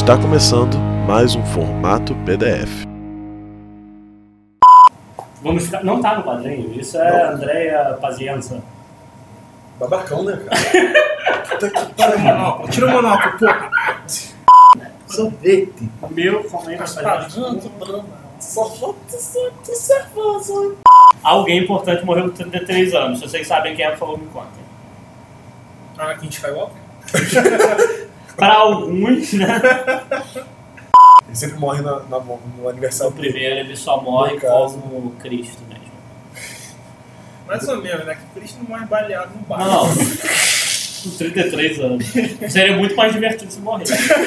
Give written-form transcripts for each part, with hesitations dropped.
Está começando mais um formato PDF. Vamos ficar... Não tá no quadrinho, isso é Andréia Pazienza. Babacão, né, cara? Puta que pariu. Tira o monóculo, porra. Sorvete. O meu comenta Só falta servoso. Alguém importante morreu com 33 anos. Se vocês sabem quem é, por favor, me contem. Anakin Skywalker? Para alguns, né? Ele sempre morre no aniversário O dele. primeiro ele só morre No caso. como Cristo mesmo. Mais ou menos, né? Que Cristo não morre baleado no bar. Não, com 33 anos. Seria muito mais divertido se morrer.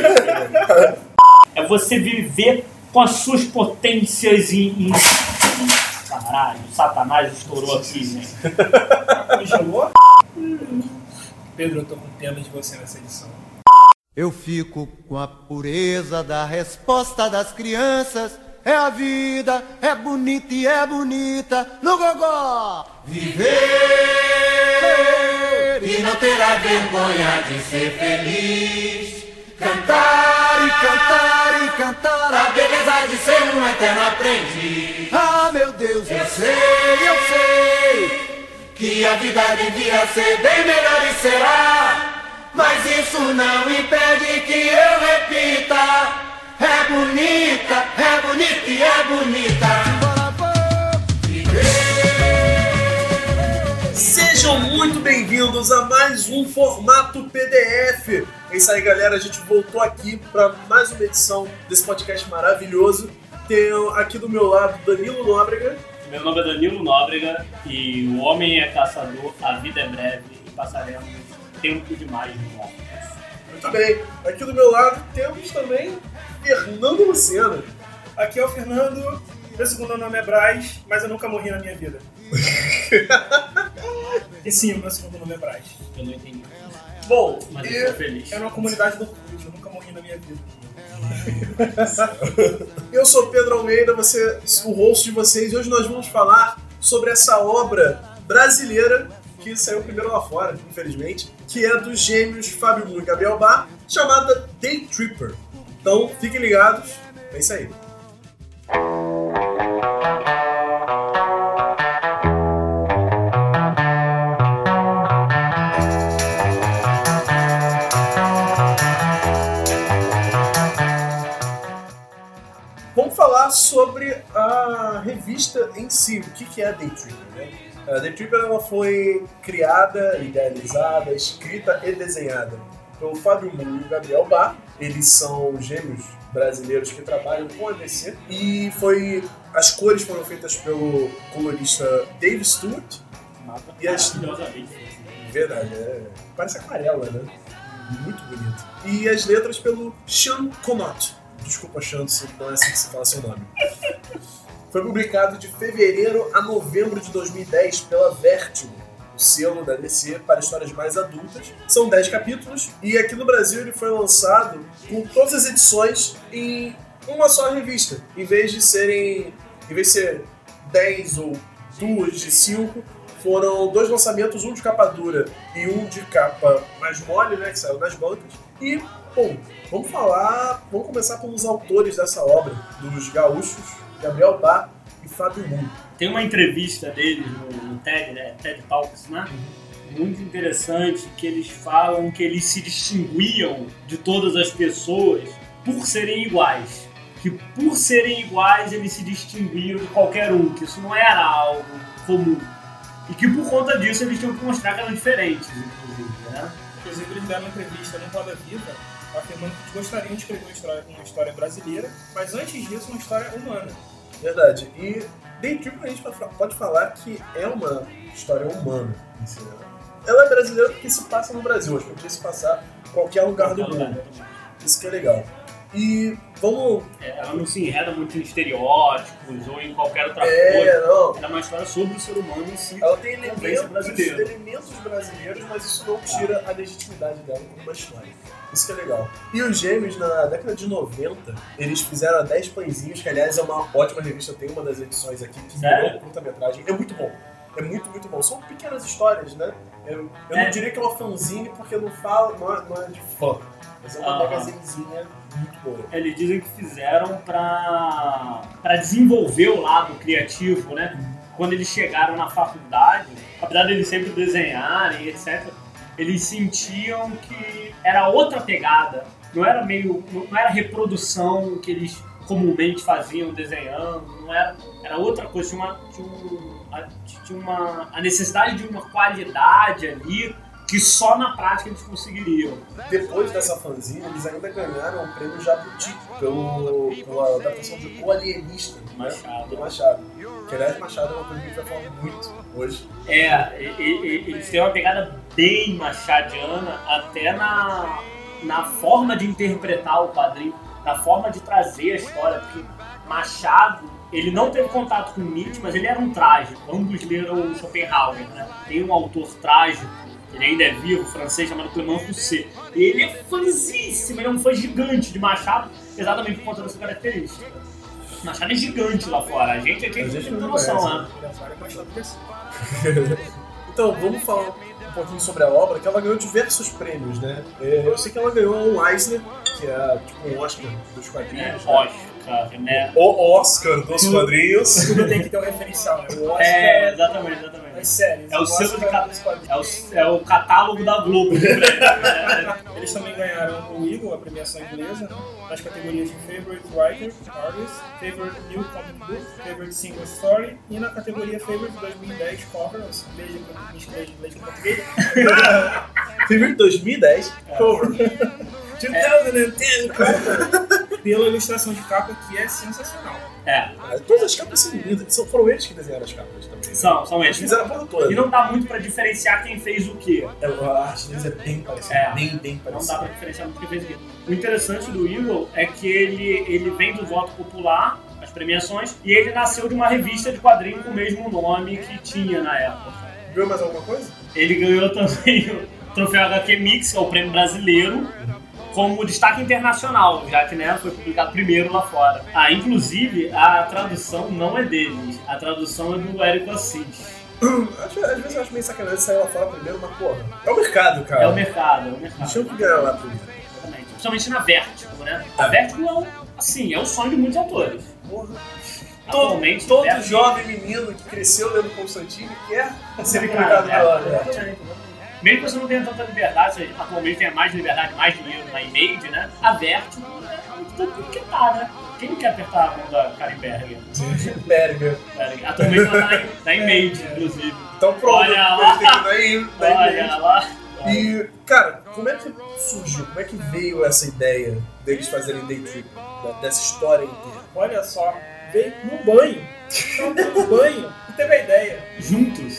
É você viver com as suas potências em... Caralho, o Satanás estourou aqui, gente. Congelou? Pedro, eu tô com pena de você nessa edição. Eu fico com a pureza da resposta das crianças. É a vida, é bonita e é bonita no gogó. Viver e não terá vergonha de ser feliz. Cantar e cantar e cantar a beleza de ser um eterno aprendiz. Ah, meu Deus, eu sei que a vida devia ser bem melhor e será. Mas isso não impede que eu repita. É bonita e é bonita. Sejam muito bem-vindos a mais um formato PDF. É isso aí, galera. A gente voltou aqui para mais uma edição desse podcast maravilhoso. Tenho aqui do meu lado Danilo Nóbrega. Meu nome é Danilo Nóbrega e o homem é caçador, a vida é breve e passaremos tempo demais no ar. Muito bem. Aqui do meu lado temos também Fernando Lucena. Aqui é o Fernando, meu segundo nome é Braz, mas eu nunca morri na minha vida. E sim, o meu segundo nome é Braz. Eu não entendi. Bom, Mas eu sou feliz. É numa comunidade do Cruz, eu nunca morri na minha vida. eu sou Pedro Almeida, o host de vocês. Hoje nós vamos falar sobre essa obra brasileira que saiu primeiro lá fora, infelizmente, que é dos gêmeos Fábio Moon e Gabriel Bá, chamada Day Tripper. Então, fiquem ligados, é isso aí. Vamos falar sobre a revista em si, o que é a Day Tripper, né? A Day Tripper ela foi criada, idealizada, escrita e desenhada pelo Fábio Moon e o Gabriel Bá. Eles são gêmeos brasileiros que trabalham com a DC. E as cores foram feitas pelo colorista Dave Stewart. E Maravilhosamente. Verdade, parece aquarela, né? Muito bonito. E as letras pelo Sean Conant. Desculpa, Sean, se não é assim que se fala seu nome. Foi publicado de fevereiro a novembro de 2010 pela Vertigo, o selo da DC para histórias mais adultas. São 10 capítulos e aqui no Brasil ele foi lançado com todas as edições em uma só revista. Em vez de ser 10 ou 2 de 5, foram 2 lançamentos, um de capa dura e um de capa mais mole, né, que saiu nas bancas. E, bom, vamos começar pelos autores dessa obra, dos gaúchos Gabriel Bá e Fábio Moon. Tem uma entrevista deles no TED, né? TED Talks, né? Muito interessante, que eles falam que eles se distinguiam de todas as pessoas por serem iguais. Que por serem iguais eles se distinguiam de qualquer um, que isso não era algo comum. E que por conta disso eles tinham que mostrar que eram diferentes, inclusive, né? Inclusive eles deram uma entrevista no Roda Viva afirmando que gostariam de escrever uma história brasileira, mas antes disso uma história humana. Verdade. E Day Tripper a gente pode falar que é uma história humana. Ela é brasileira porque se passa no Brasil, acho que podia se passar em qualquer lugar do mundo. Isso que é legal. E vamos... Ela não se enreda muito em estereótipos ou em qualquer outra coisa. Não. Ela é uma história sobre o ser humano em si. Ela tem elementos brasileiros, mas isso não tira a legitimidade dela como uma história. Isso que é legal. E os gêmeos, na década de 90, eles fizeram a 10 Pãezinhos, que aliás é uma ótima revista, tem uma das edições aqui que virou curta-metragem. É muito bom. É muito, muito bom. São pequenas histórias, né? Eu não diria que é uma fanzine, porque não é de fã. Mas é uma magazinezinha muito boa. Eles dizem que fizeram pra desenvolver o lado criativo, né? Quando eles chegaram na faculdade, apesar de eles sempre desenharem, etc., eles sentiam que era outra pegada. Não era reprodução que eles comumente faziam desenhando, não era outra coisa, tinha a necessidade de uma qualidade ali que só na prática eles conseguiriam. Depois dessa fanzine, eles ainda ganharam o prêmio Jabuti pela adaptação de O Alienista, Machado. Do Machado. Que, aliás, Machado é uma coisa que a gente vai falar muito hoje. Eles têm uma pegada bem machadiana, até na forma de interpretar o quadrinho, na forma de trazer a história, porque Machado, ele não teve contato com Nietzsche, mas ele era um trágico. Ambos leram Schopenhauer, né? Tem um autor trágico, ele ainda é vivo, francês, chamado Clément Rousset. Ele é fãzíssimo, ele é um fã gigante de Machado, exatamente por conta dessa característica. Machado é gigante lá fora, a gente aqui não tem muita noção, né? Então, vamos falar um pouquinho sobre a obra, que ela ganhou diversos prêmios, né? Eu sei que ela ganhou um Eisner, que é tipo um Oscar dos quadrinhos. Oscar, né? O Oscar dos quadrinhos. Tudo tem que ter um referencial, né? O Oscar Exatamente. as séries. É o selo de é o catálogo da Globo. Eles também ganharam o Eagle, a premiação inglesa, nas categorias de Favorite Writer, Artist, Favorite New Comic Book, Favorite Single Story e na categoria Favorite 2010 Cover, veja que eu me escrevi em inglês e português. Favorite 2010 Cover. 2010 Cover. Pela ilustração de capa, que é sensacional. Todas as capas são lindas. Foram eles que desenharam as capas também. Né? São eles. Fizeram a porra toda. E não dá muito pra diferenciar quem fez o quê. A arte deles é bem parecida. Bem parecida. Não dá pra diferenciar muito quem fez o quê. O interessante do Eagle é que ele vem do voto popular, as premiações, e ele nasceu de uma revista de quadrinho com o mesmo nome que tinha na época. Ganhou mais alguma coisa? Ele ganhou também o troféu HQ Mix, que é o prêmio brasileiro, como destaque internacional, já que, né, foi publicado primeiro lá fora. Inclusive, a tradução não é deles, a tradução é do Érico Assis. Às vezes eu acho meio sacanagem sair lá fora primeiro, mas porra, é o mercado, cara. É o mercado. Deixa eu ganhar lá primeiro. Exatamente. Principalmente na Vertigo, né? A Vertigo é o sonho de muitos autores. Porra. Atualmente, Todo Vertigo... jovem menino que cresceu lendo Constantine quer ser publicado pela Vertigo. Mesmo que você não tenha tanta liberdade, você atualmente tenha mais liberdade, mais dinheiro na Image, né? A Vertigo é todo mundo que tá, né? Quem não quer apertar a mão da Karen Berger? Berger. Atualmente ela tá na Image, inclusive. Então pronto, olha lá. Olha lá. E, cara, como é que surgiu? Como é que veio essa ideia deles fazerem Day Trip? Dessa história inteira? Olha só, veio no banho. No banho. E teve a ideia. Juntos.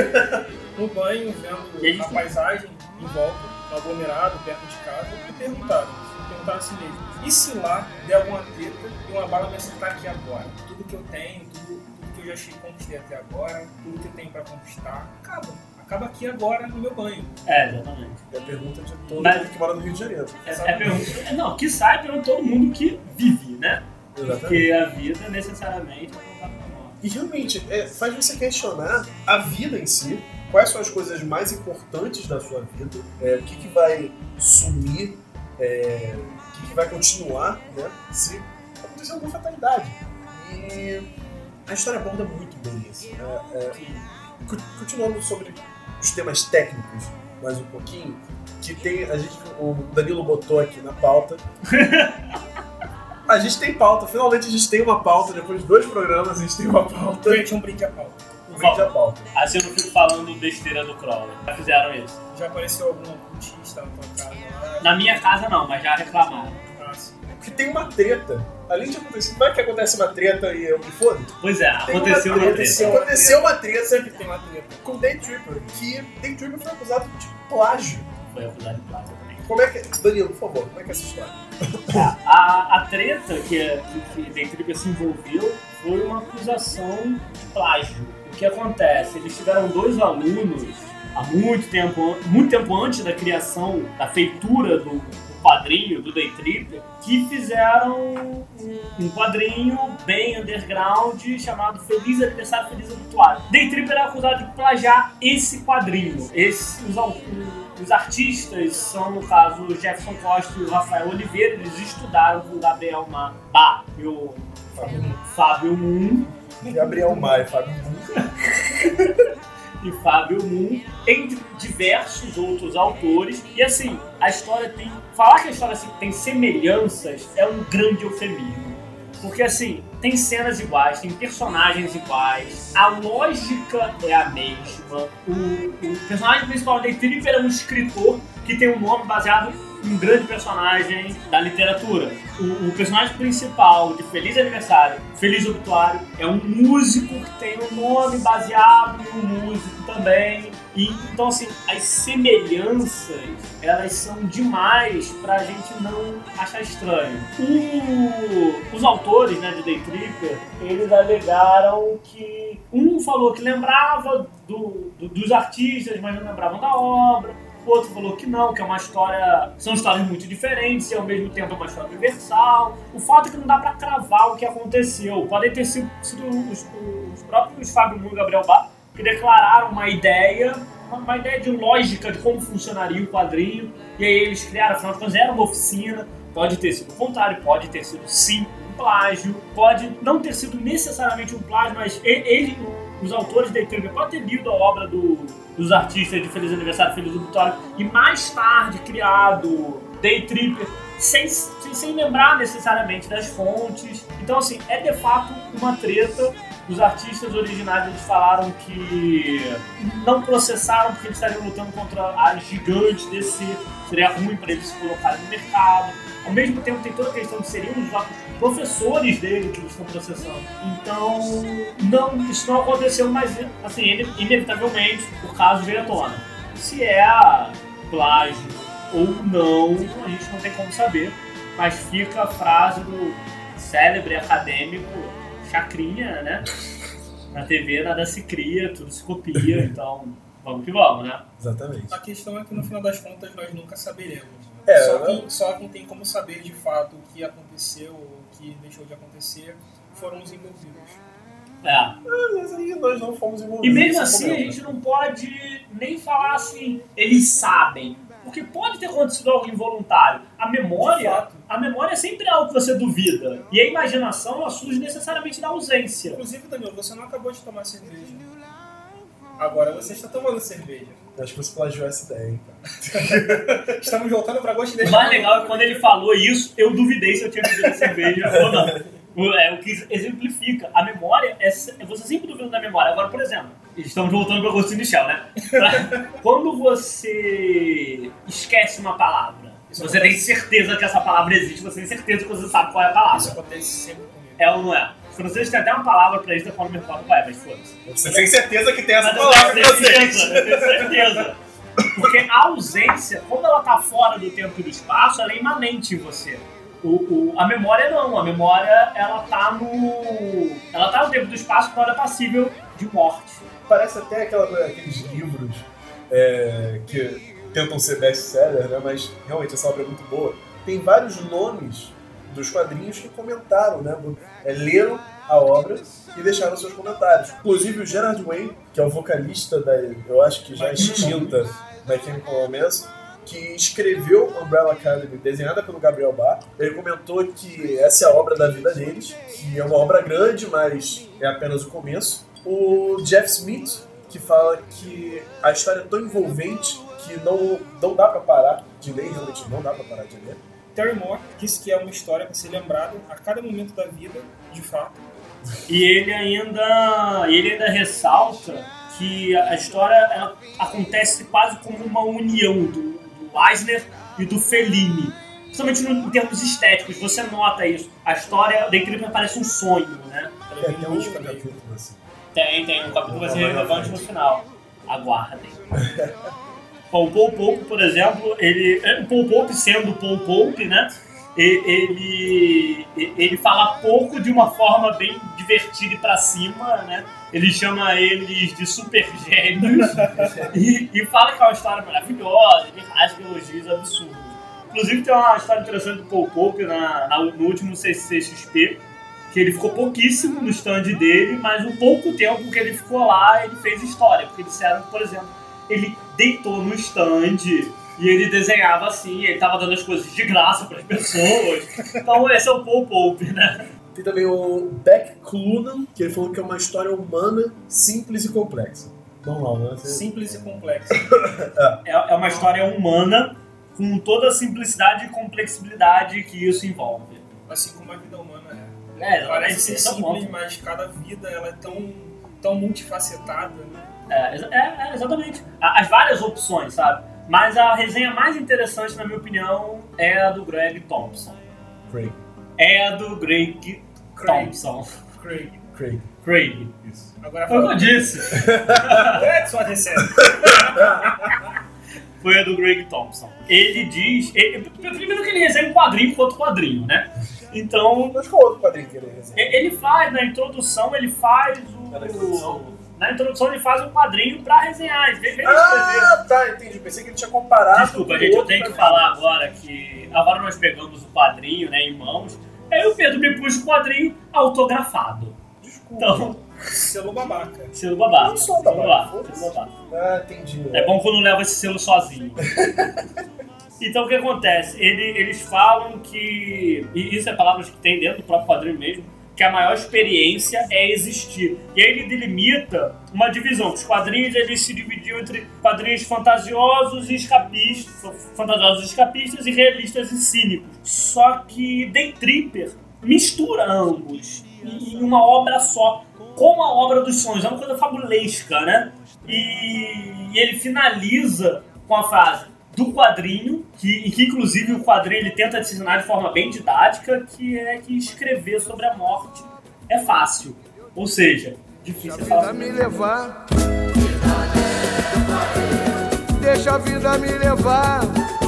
No banho, vendo a paisagem em volta, no aglomerado, perto de casa, e perguntaram assim mesmo: e se lá der alguma treta e uma bala me acertar aqui agora? Tudo que eu tenho, tudo que eu já conquistei até agora, tudo que eu tenho pra conquistar, acaba aqui agora no meu banho. Exatamente. É a pergunta de todo mundo que mora no Rio de Janeiro. Não, que sai para todo mundo que vive, né? Exatamente. Porque a vida necessariamente é contada com a morte. E realmente, faz você questionar a vida em si. Quais são as coisas mais importantes da sua vida? O que vai sumir? O que vai continuar, né? Se acontecer alguma fatalidade. E a história aborda muito bem isso. Continuando sobre os temas técnicos, mais um pouquinho, que tem o Danilo botou aqui na pauta. A gente tem pauta, finalmente a gente tem uma pauta, depois de 2 programas a gente tem uma pauta. Gente, um brinde à pauta. Assim eu não fico falando besteira do Crowley. Já fizeram isso. Já apareceu algum cultista na tua casa lá? Na minha casa não, mas já reclamaram. Porque tem uma treta. Além de acontecer, vai que acontece uma treta e eu me foda? Pois é, aconteceu uma treta. Aconteceu uma treta. Sempre tem uma treta. Com Day Tripper, que Day Tripper foi acusado de plágio. Foi acusado de plágio também. Como é que... Danilo, por favor, como é que é essa história? A treta que Day Tripper se envolveu foi uma acusação de plágio. O que acontece? Eles tiveram 2 alunos há muito tempo antes da criação, da feitura do quadrinho do Day Tripper, que fizeram um quadrinho bem underground chamado Feliz Aniversário, Feliz Obituário. Day Tripper é acusado de plagiar esse quadrinho. Os artistas são, no caso, o Jefferson Costa e o Rafael Oliveira. Eles estudaram com o Gabriel Bá e o Fábio Moon. Gabriel Maia, Fábio Moon. E Fábio Moon, entre diversos outros autores. E assim, a história tem... Falar que a história assim, tem semelhanças é um grande eufemismo. Porque assim, tem cenas iguais, tem personagens iguais, a lógica é a mesma. O personagem principal da Day Tripper é um escritor que tem um nome baseado em um grande personagem da literatura. O personagem principal de Feliz Aniversário, Feliz Obituário, é um músico que tem um nome baseado em um músico também. E, então, assim, as semelhanças, elas são demais pra gente não achar estranho. Os autores, né, de Day Tripper, eles alegaram que um falou que lembrava dos artistas, mas não lembravam da obra. O outro falou que não, que é uma história... São histórias muito diferentes e ao mesmo tempo é uma história universal. O fato é que não dá pra cravar o que aconteceu. Podem ter sido os próprios Fábio Moon e Gabriel Bá que declararam uma ideia de lógica de como funcionaria o quadrinho. E aí eles criaram, afinal de contas, era uma oficina. Pode ter sido o contrário, pode ter sido sim um plágio. Pode não ter sido necessariamente um plágio, mas os autores de Day Tripper podem ter lido a obra dos artistas de Feliz Aniversário, Feliz Obituário e mais tarde criado Day Tripper sem lembrar necessariamente das fontes. Então, assim, é de fato uma treta. Os artistas originais, eles falaram que não processaram porque eles estariam lutando contra as gigantes DC. Seria ruim para eles se colocarem no mercado. Ao mesmo tempo, tem toda a questão de seriam os professores dele que eles estão processando. Então, isso não aconteceu, mas, assim, inevitavelmente, o caso veio à tona. Se é plágio ou não, a gente não tem como saber. Mas fica a frase do célebre acadêmico Chacrinha, né? Na TV nada se cria, tudo se copia, então vamos que vamos, né? Exatamente. A questão é que no final das contas nós nunca saberemos. Só quem tem como saber de fato o que aconteceu ou o que deixou de acontecer foram os envolvidos. Mas aí nós não fomos envolvidos. E mesmo assim a gente não pode nem falar assim, eles sabem. Porque pode ter acontecido algo involuntário. A memória é sempre algo que você duvida. E a imaginação, ela surge necessariamente da ausência. Inclusive, Danilo, você não acabou de tomar cerveja. Agora você está tomando cerveja. Eu acho que você plagiou essa ideia, hein, cara. Estamos voltando para Ghost in the Shell. O mais legal é que quando ele falou isso, eu duvidei se eu tinha bebido cerveja ou não. O que exemplifica. A memória, você sempre duvida da memória. Agora, por exemplo, estamos voltando para Ghost in the Shell, né? Quando você esquece uma palavra, você tem certeza que essa palavra existe, você tem certeza que você sabe qual é a palavra. Isso acontece sempre comigo. É ou não é? Se você tem até uma palavra pra isso, eu falo, me recordo qual é, mas foda-se. Você tem certeza que tem essa palavra pra você. Eu tenho certeza. Porque a ausência, quando ela tá fora do tempo e do espaço, ela é imanente em você. A memória não, a memória ela tá no tempo do espaço quando ela é passível de morte. Parece até aqueles livros que tentam ser best-seller, né? Mas realmente essa obra é muito boa. Tem vários nomes dos quadrinhos que comentaram, né? Leram a obra e deixaram seus comentários. Inclusive o Gerard Way, que é o vocalista eu acho que já extinta My Chemical Romance, que escreveu Umbrella Academy, desenhada pelo Gabriel Bá. Ele comentou que essa é a obra da vida deles, que é uma obra grande, mas é apenas o começo. O Jeff Smith, que fala que a história é tão envolvente que não dá pra parar de ler, realmente não dá pra parar de ler. Terry Moore disse que é uma história para ser lembrada a cada momento da vida, de fato. E ele ainda ressalta que a história ela acontece quase como uma união do Eisner e do Fellini. Principalmente em termos estéticos, você nota isso. A história da Tripper parece um sonho, né? Tem um capítulo assim. Tem um capítulo que vai ser relevante no final. Aguardem. O Paul Pope, por exemplo, o Paul Pope sendo o Paul Pope, né? Ele fala pouco de uma forma bem divertida e pra cima, né? Ele chama eles de super gênios e fala que é uma história maravilhosa, ele rasga elogios absurdos. Inclusive tem uma história interessante do Paul Pope no último CCXP, que ele ficou pouquíssimo no stand dele, mas o pouco tempo que ele ficou lá, ele fez história. Porque disseram que, por exemplo, ele deitou no stand e ele desenhava assim, ele tava dando as coisas de graça para as pessoas. Então esse é o Paul Pope, né? Tem também o Beck Clunan, que ele falou que é uma história humana, simples e complexa. Normal, né? Simples e complexa. É uma história humana com toda a simplicidade e complexibilidade que isso envolve. Assim como a vida humana é. Parece ser simples, mas cada vida ela é tão multifacetada, né? Exatamente. As várias opções, sabe? Mas a resenha mais interessante, na minha opinião, é a do Greg Thompson. Craig. É a do Greg Thompson. Craig. Isso. Agora foi o que eu disse. É só recebe. Foi a do Greg Thompson. Ele diz... primeiro que ele resenha um quadrinho com outro quadrinho, né? Então... Mas qual outro quadrinho que ele resenha? Ele faz, na introdução, ele faz Na introdução ele faz um quadrinho pra resenhar. Tá, entendi. Pensei que ele tinha comparado. Desculpa, gente, eu tenho que falar agora que... Agora nós pegamos o quadrinho, né, em mãos. Aí o Pedro me pôs o quadrinho autografado. Desculpa. Então... Selo babaca. Selo babaca. Não sou babaca. Selo babaca. Ah, entendi. É bom quando leva esse selo sozinho. Então o que acontece? Eles falam que... E isso é palavras que tem dentro do próprio quadrinho mesmo. Que a maior experiência é existir. E aí ele delimita uma divisão. Os quadrinhos eles se dividiam entre quadrinhos fantasiosos e escapistas e realistas e cínicos. Só que Day Tripper mistura ambos em uma obra só, como a obra dos sonhos. É uma coisa fabulesca, né? E ele finaliza com a frase do quadrinho, que inclusive o quadrinho ele tenta te ensinar de forma bem didática, que é que escrever sobre a morte é fácil. Ou seja, difícil é falar. Deixa a vida me levar.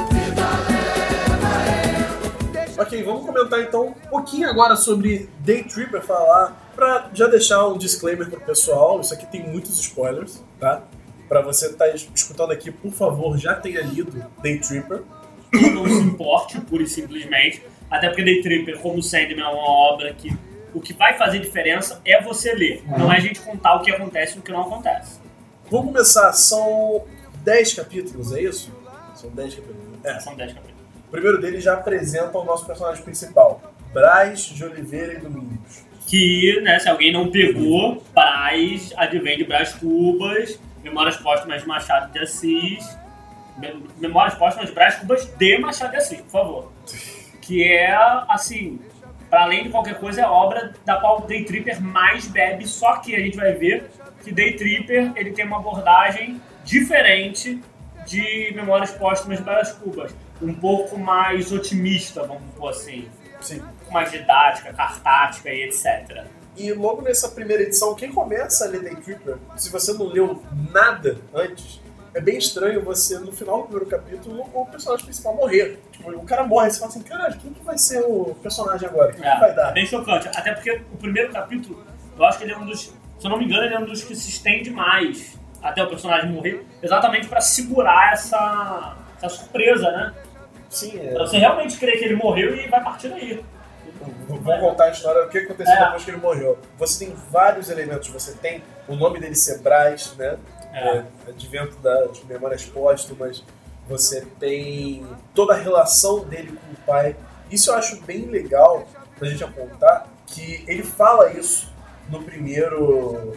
Ok, vamos comentar então um pouquinho agora sobre Day Tripper, falar, pra já deixar um disclaimer pro pessoal, isso aqui tem muitos spoilers, tá? Pra você estar escutando aqui, por favor, já tenha lido Day Tripper. Não se importe, pura e simplesmente. Até porque Day Tripper, como Sandman, é uma obra que o que vai fazer diferença é você ler. Não é a gente contar o que acontece e o que não acontece. Vamos começar. São 10 capítulos, é isso? São 10 capítulos. São 10 capítulos. O primeiro deles já apresenta o nosso personagem principal, Braz de Oliveira e Domingos. Que, né, se alguém não pegou, Braz advém de Brás Cubas, Memórias Póstumas de Machado de Assis. Memórias Póstumas de Brás Cubas de Machado de Assis, por favor. Que é, assim, para além de qualquer coisa, é a obra da qual Day Tripper mais bebe, só que a gente vai ver que Day Tripper ele tem uma abordagem diferente de Memórias Póstumas de Brás Cubas. Um pouco mais otimista, vamos pôr assim. Sim. Um pouco mais didática, cartática e etc. E logo nessa primeira edição, quem começa a ler Day Tripper, se você não leu nada antes, é bem estranho você, no final do primeiro capítulo, o personagem principal morrer. Tipo, o cara morre, você fala assim, caralho, quem que vai ser o personagem agora? Quem que vai dar? É bem chocante. Até porque o primeiro capítulo, eu acho que ele é um dos, se eu não me engano, ele é um dos que se estende mais até o personagem morrer, exatamente pra segurar essa surpresa, né? Sim, Pra você realmente crer que ele morreu e vai partir daí. Vou contar a história, o que aconteceu depois que ele morreu. Você tem vários elementos, você tem o nome dele ser Braz, né? Advento das Memórias Póstumas, você tem toda a relação dele com o pai. Isso eu acho bem legal pra gente apontar, que ele fala isso no primeiro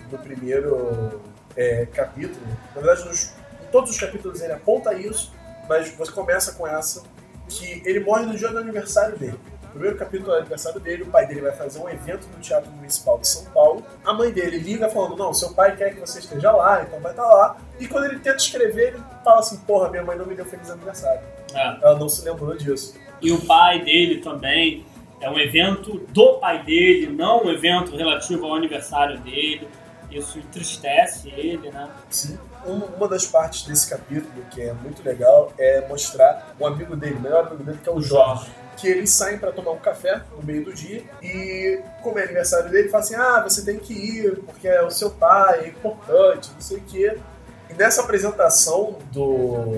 capítulo. Na verdade, em todos os capítulos ele aponta isso, mas você começa com essa, que ele morre no dia do aniversário dele. O primeiro capítulo é o aniversário dele, o pai dele vai fazer um evento no Teatro Municipal de São Paulo. A mãe dele liga falando, não, seu pai quer que você esteja lá, então vai estar lá. E quando ele tenta escrever, ele fala assim, porra, minha mãe não me deu feliz aniversário. Ela não se lembrou disso. E o pai dele também é um evento do pai dele, não um evento relativo ao aniversário dele. Isso entristece ele, né? Sim. Uma das partes desse capítulo que é muito legal é mostrar um amigo dele, o melhor amigo dele, que é o Jorge. Que eles saem pra tomar um café no meio do dia e, como é aniversário dele, fala assim, você tem que ir porque é o seu pai, é importante, não sei o quê. E nessa apresentação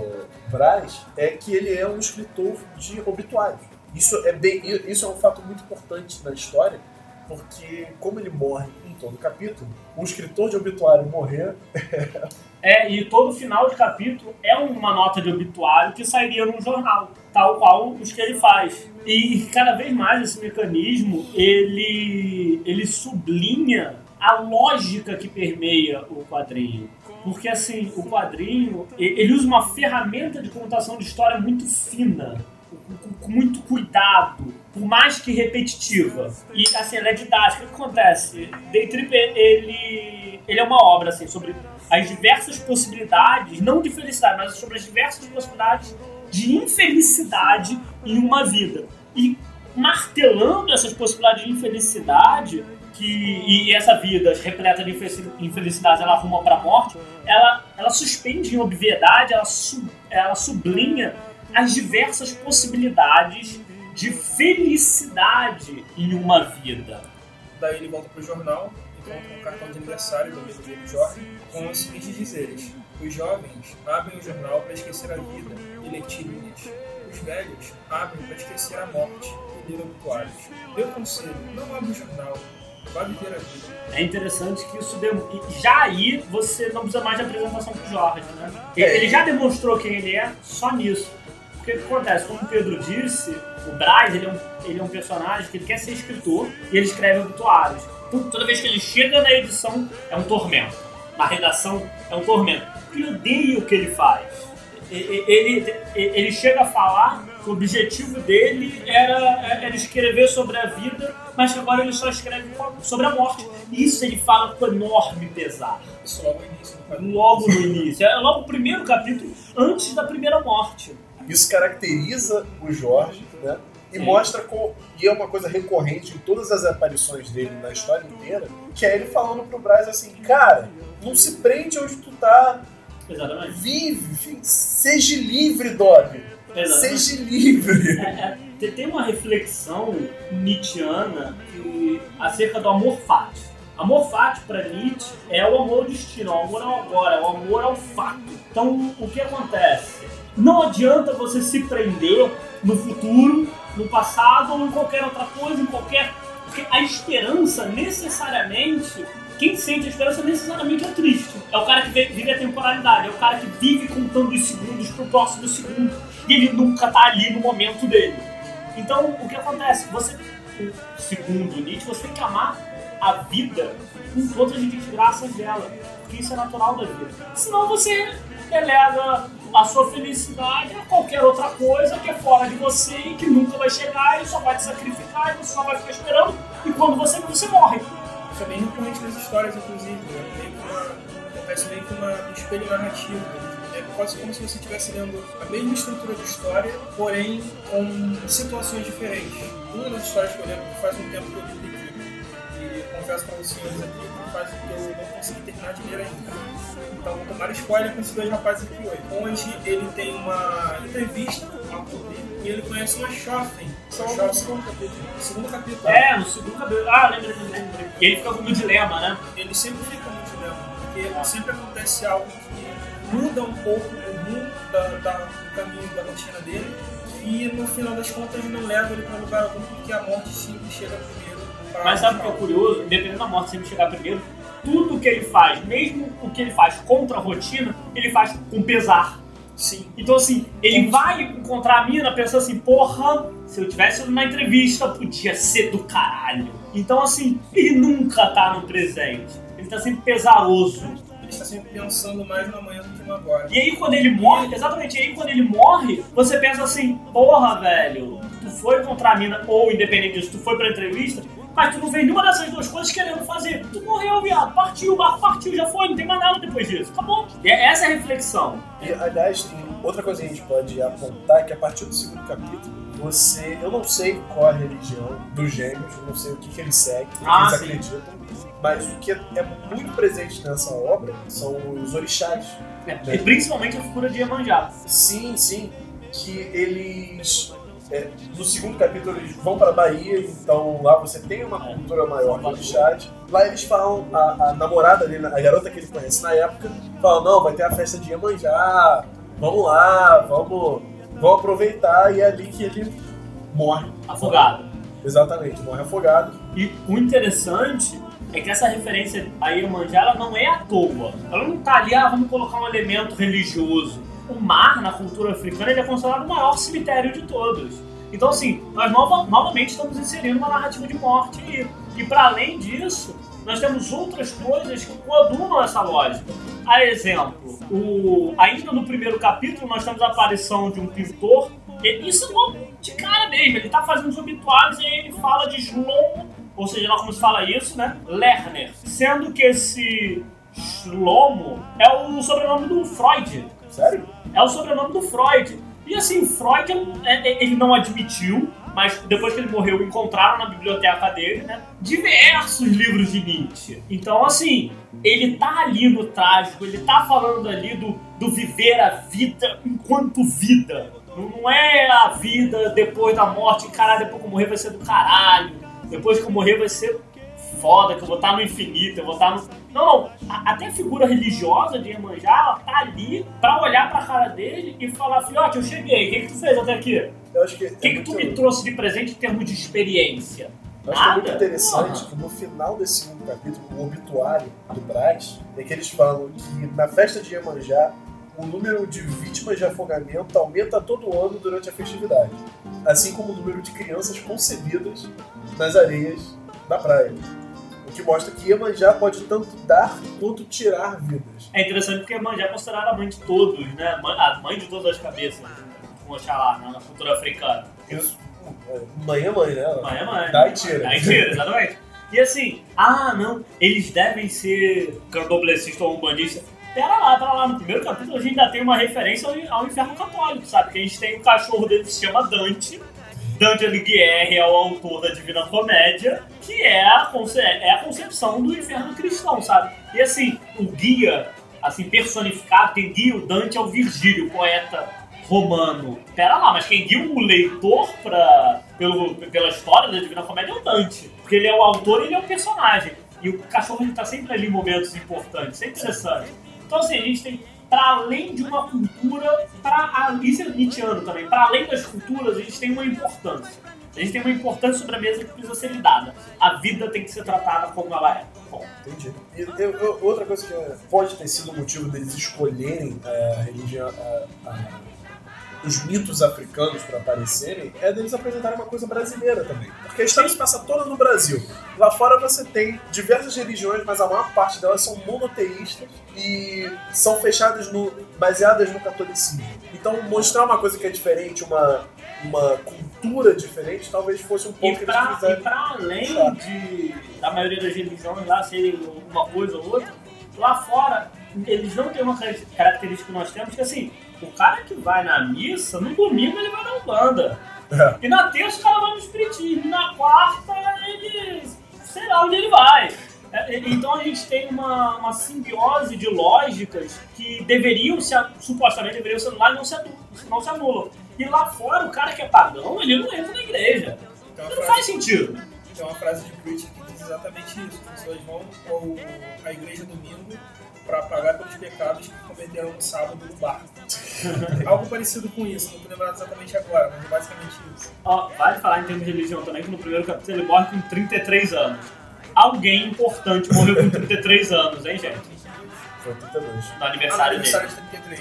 Braz é que ele é um escritor de obituários. Isso é um fato muito importante na história, porque como ele morre em todo capítulo, um escritor de obituário morrer... E todo final de capítulo é uma nota de obituário que sairia num jornal, tal qual os que ele faz. E cada vez mais esse mecanismo, ele sublinha a lógica que permeia o quadrinho. Porque assim, o quadrinho, ele usa uma ferramenta de contação de história muito fina, com muito cuidado, por mais que repetitiva. E assim, ela é didática. O que acontece? Day Trip, ele é uma obra assim, sobre as diversas possibilidades, não de felicidade, mas sobre as diversas possibilidades de infelicidade em uma vida. E martelando essas possibilidades de infelicidade, e essa vida repleta de infelicidade, ela arruma para a morte, ela suspende em obviedade, ela sublinha as diversas possibilidades de felicidade em uma vida. Daí ele volta pro jornal, encontra um cartão de aniversário do amigo dele, Jorge, com os seguintes dizeres: os jovens abrem o jornal para esquecer a vida e ler tirinhas. Os velhos abrem para esquecer a morte e ler obituários. Meu conselho, não abre o jornal, vá viver a vida. É interessante que isso já aí você não precisa mais de apresentação pro Jorge, né? Ele já demonstrou quem ele é só nisso. Porque o que acontece? Como o Pedro disse, o Braz, ele é um personagem que ele quer ser escritor e ele escreve obituários. Então, toda vez que ele chega na edição, é um tormento. Na redação, é um tormento. Porque ele odeia o que ele faz. Ele chega a falar que o objetivo dele era escrever sobre a vida, mas que agora ele só escreve sobre a morte. Isso ele fala com enorme pesar. Isso logo no início. Logo no início. É logo o primeiro capítulo, antes da primeira morte. Isso caracteriza o Jorge, né? E mostra e é uma coisa recorrente em todas as aparições dele na história inteira, que é ele falando pro Braz assim, cara, não se prende onde tu tá. Exatamente. Vive, seja livre, Dobby. Exatamente. Seja livre. Tem uma reflexão nietzschiana acerca do amor fati. Amor fati para Nietzsche é o amor ao destino, o amor ao agora, o amor ao fato. Então, o que acontece? Não adianta você se prender no futuro, no passado ou em qualquer outra coisa, porque a esperança necessariamente, quem sente a esperança necessariamente é triste. É o cara que vive a temporalidade, é o cara que vive contando os segundos pro próximo segundo e ele nunca tá ali no momento dele. Então, o que acontece? Segundo Nietzsche, você tem que amar a vida com todas as desgraças dela, porque isso é natural da vida. Senão você delega a sua felicidade a qualquer outra coisa que é fora de você e que nunca vai chegar e só vai te sacrificar e você só vai ficar esperando e quando você morre. Isso é bem recorrente nas histórias, inclusive, né? Acontece meio que uma espelho narrativo. É quase como se você estivesse lendo a mesma estrutura de história, porém com situações diferentes. Uma das histórias que eu lembro que faz um tempo que eu li e confesso para os senhores aqui que eu não consegui terminar de ler ainda. Então vou tomar spoiler com esses dois rapazes aqui hoje. Onde ele tem uma entrevista ao público e ele conhece uma Schoffen. No segundo capítulo. No segundo capítulo. Lembrei. E ele fica no dilema, né? Ele sempre fica no dilema, porque sempre acontece algo que muda um pouco o rumo do caminho da rotina dele e no final das contas não leva ele para lugar algum porque a morte sempre chega primeiro. Mas sabe o que é curioso? Independente da morte sempre chegar primeiro, tudo que ele faz, mesmo o que ele faz contra a rotina, ele faz com pesar. Sim. Então assim, ele vai encontrar a mina pensando assim, porra, se eu tivesse ido na entrevista, podia ser do caralho. Então assim, ele nunca tá no presente. Ele tá sempre pesaroso. Ele está sempre pensando mais no amanhã do que no agora. E aí quando ele morre, exatamente, aí quando ele morre, você pensa assim, porra, velho, tu foi encontrar a mina, ou independente disso, tu foi pra entrevista, mas tu não fez nenhuma dessas duas coisas querendo fazer. Tu morreu, viado. Partiu, o barco partiu, já foi, não tem mais nada depois disso. Acabou. E essa é a reflexão. E, aliás, tem outra coisa que a gente pode apontar, que a partir do segundo capítulo, eu não sei qual é a religião dos gêmeos, eu não sei o que eles seguem, o que eles acreditam, mas o que é muito presente nessa obra são os orixás. E principalmente a figura de Iemanjá. Sim. Que eles... no segundo capítulo eles vão pra Bahia, então lá você tem uma cultura maior do orixás. Lá eles falam, a namorada dele, a garota que ele conhece na época, fala, não, vai ter a festa de Iemanjá, vamos lá, vamos aproveitar, e é ali que ele morre. Afogado. Exatamente, morre afogado. E o interessante é que essa referência a Iemanjá, ela não é à toa. Ela não tá ali, vamos colocar um elemento religioso. O mar, na cultura africana, ele é considerado o maior cemitério de todos. Então, assim, nós novamente estamos inserindo uma narrativa de morte aí. E para além disso, nós temos outras coisas que coadunam essa lógica. A exemplo, ainda no primeiro capítulo, nós temos a aparição de um pintor. Isso é logo de cara mesmo, ele tá fazendo os obituários e aí ele fala de Shlomo, ou seja, lá como se fala isso, né? Lerner. Sendo que esse Shlomo é o sobrenome do Freud. Sério? É o sobrenome do Freud. E assim, Freud, ele não admitiu, mas depois que ele morreu, encontraram na biblioteca dele, né, diversos livros de Nietzsche. Então, assim, ele tá ali no trágico, ele tá falando ali do viver a vida enquanto vida. Não é a vida depois da morte, caralho, depois que eu morrer vai ser do caralho, depois que eu morrer vai ser foda, que eu vou estar no infinito, eu vou estar no... Não, até a figura religiosa de Iemanjá, ela tá ali pra olhar pra cara dele e falar, filhote, eu cheguei, o que tu fez até aqui? Eu acho que O que tu me trouxe de presente em termos de experiência? Eu acho que é muito interessante que no final desse segundo capítulo, o obituário do Brás, é que eles falam que na festa de Iemanjá, o número de vítimas de afogamento aumenta todo ano durante a festividade, assim como o número de crianças concebidas nas areias da praia. O que mostra que Iemanjá pode tanto dar quanto tirar vidas. É interessante porque Iemanjá é considerada a mãe de todos, né? A mãe de todas as cabeças, vamos achar lá, na cultura africana. Isso. Mãe é mãe, né? Mãe é mãe. Dá e tira. Dá e tira, exatamente. E assim, não, eles devem ser candomblessistas ou umbandistas. Pera lá, no primeiro capítulo a gente ainda tem uma referência ao inferno católico, sabe? Que a gente tem o cachorro dele que se chama Dante. Dante Alighieri é o autor da Divina Comédia, que é a concepção do inferno cristão, sabe? E assim, o guia, assim, personificado, quem guia o Dante é o Virgílio, poeta romano. Pera lá, mas quem guia o leitor pela história da Divina Comédia é o Dante. Porque ele é o autor e ele é o personagem. E o cachorro ele tá sempre ali em momentos importantes, sempre interessante. Então assim, a gente tem, para além de uma cultura, isso é nietzscheano também, para além das culturas, a gente tem uma importância. A gente tem uma importância sobre a mesa que precisa ser lidada. A vida tem que ser tratada como ela é. Bom. Entendi. E outra coisa que pode ter sido o motivo deles escolherem a religião, os mitos africanos para aparecerem, é deles apresentarem uma coisa brasileira também. Porque a história se passa toda no Brasil. Lá fora você tem diversas religiões, mas a maior parte delas são monoteístas e são fechadas baseadas no catolicismo. Então mostrar uma coisa que é diferente, uma cultura diferente, talvez fosse um pouco que eles quiserem. E para além da maioria das religiões lá serem uma coisa ou outra, lá fora eles não têm uma característica que nós temos, que assim, o cara que vai na missa, no domingo ele vai na Umbanda. E na terça o cara vai no espiritismo. E na quarta ele, sei lá onde ele vai. Então a gente tem uma simbiose de lógicas que supostamente deveriam ser lá e não se anulam. E lá fora o cara que é pagão, ele não entra na igreja. Não faz sentido. Tem uma frase de Preacher que diz exatamente isso. As pessoas vão à igreja domingo para pagar pelos pecados que cometeram no sábado no bar. Algo parecido com isso, não tô lembrado exatamente agora, mas é basicamente isso. Vale falar em termos de religião também, que no primeiro capítulo ele morre com 33 anos. Alguém importante morreu com 33 anos, hein, gente? Foi 32. No aniversário dele. de 33.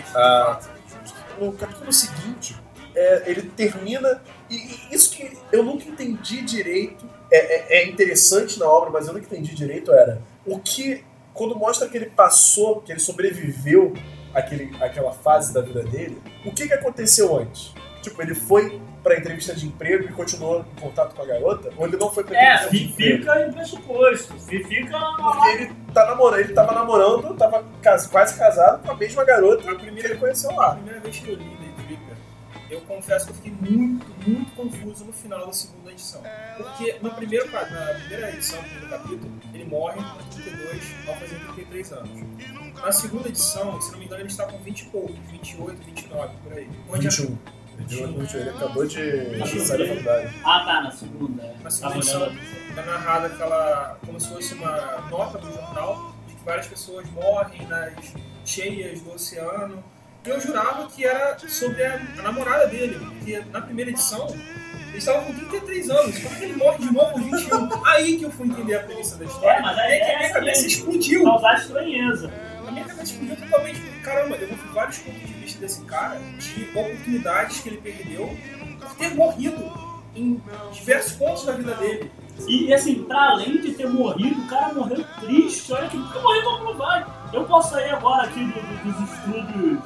No capítulo seguinte, ele termina... E isso que eu nunca entendi direito, é interessante na obra, mas eu nunca entendi direito, era o que... Quando mostra que ele passou, que ele sobreviveu àquela fase da vida dele, o que aconteceu antes? Tipo, ele foi pra entrevista de emprego e continuou em contato com a garota? Ou ele não foi pra entrevista de emprego? Fica em pressuposto. Porque ele tava namorando, tava quase casado com a mesma garota que ele conheceu lá. A primeira vez que eu li Flipper, eu confesso que eu fiquei muito, muito confuso no final da segunda edição. Porque na primeira edição, no primeiro capítulo, ele morre com 32 ao fazer 33 anos. Na segunda edição, se não me engano, ele está com 20 e poucos, 28, 29, por aí. 21. Ele acabou de sair da faculdade. Na segunda. Na segunda edição, está narrada como se fosse uma nota do jornal de que várias pessoas morrem nas cheias do oceano. eu jurava que era sobre a namorada dele, porque na primeira edição eles estavam com 33 anos, como é que ele morre de novo com 21? Aí que eu fui entender a premissa da história, mas e aí que a minha cabeça explodiu. Causar estranheza. A minha cabeça explodiu totalmente, porque, caramba, eu vou ver vários pontos de vista desse cara, de oportunidades que ele perdeu por ter morrido em diversos pontos da vida dele. E assim, pra além de ter morrido, o cara morreu triste. Olha que nunca morreu, todo mundo vai. Eu posso sair agora aqui dos estúdios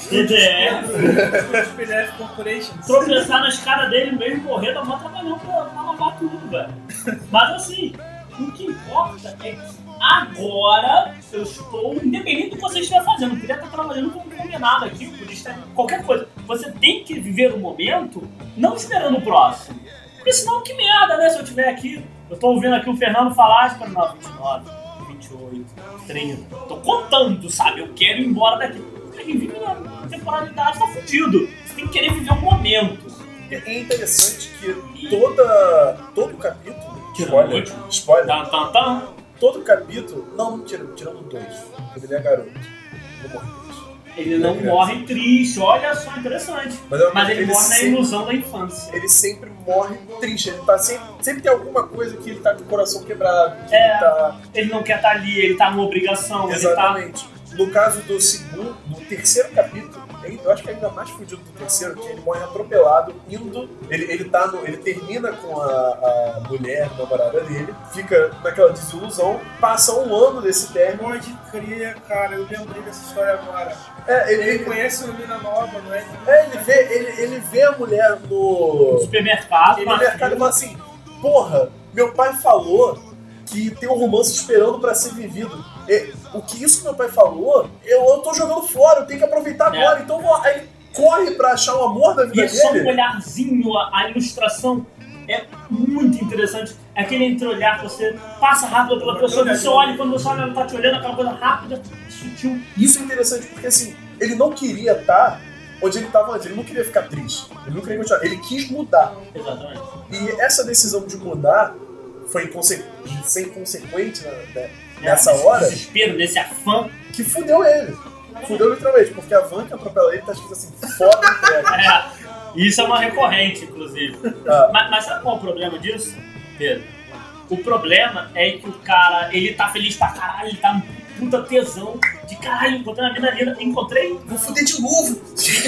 PDF Corporation, tropeçar na escada dele mesmo, morrer, dá mó trabalhão pra lavar tudo, velho. Mas assim, o que importa é que agora eu estou, independente do que você estiver fazendo, eu podia estar trabalhando como combinado aqui, podia estar qualquer coisa. Você tem que viver o momento, não esperando o próximo. Porque senão, que merda, né? Se eu estiver aqui, eu tô ouvindo aqui o Fernando falar, tipo, 29, 28, 30. Tô contando, sabe? Eu quero ir embora daqui. Tem 20 na temporalidade, tá fudido. Você tem que querer viver um momento. É interessante que todo capítulo... Spoiler. Todo capítulo... Não, mentira, tirando 2. Porque ele é garoto. Não morre triste. Ele não morre triste, olha só, interessante. Mas ele morre na ilusão da infância. Ele sempre morre triste. Ele tá sempre tem alguma coisa que ele tá com o coração quebrado. Ele não quer estar ali, ele tá numa obrigação. Exatamente. No caso do terceiro capítulo, eu acho que é ainda mais fudido do terceiro, que ele morre atropelado, ele termina com a mulher, a namorada dele, fica naquela desilusão, passa um ano desse término. Pode crer, cara, eu lembrei dessa história agora. Ele conhece uma menina nova, não é? Ele vê a mulher no supermercado. E fala assim, porra, meu pai falou que tem um romance esperando pra ser vivido. O que isso que meu pai falou, eu tô jogando fora, eu tenho que aproveitar agora. Então aí ele corre pra achar o amor da vida dele. E só um olharzinho, a ilustração é muito interessante. É aquele entreolhar que você passa rápido pela pessoa, você olha e quando você olha ela tá te olhando, aquela coisa rápida, sutil. Isso é interessante porque assim, ele não queria estar onde ele estava antes, ele não queria ficar triste, ele não queria continuar, ele quis mudar. Exatamente. E essa decisão de mudar foi sem consequente, né? Nessa hora. Nesse desespero, nesse afã. Que fudeu ele. Fudeu literalmente, porque a van que atropela ele tá escrito assim, foda entrega. Isso é uma recorrente, inclusive. Mas sabe qual é o problema disso, Pedro? O problema é que o cara, ele tá feliz pra caralho, ele tá um puta tesão de caralho, encontrei uma mina linda, vou fuder de novo.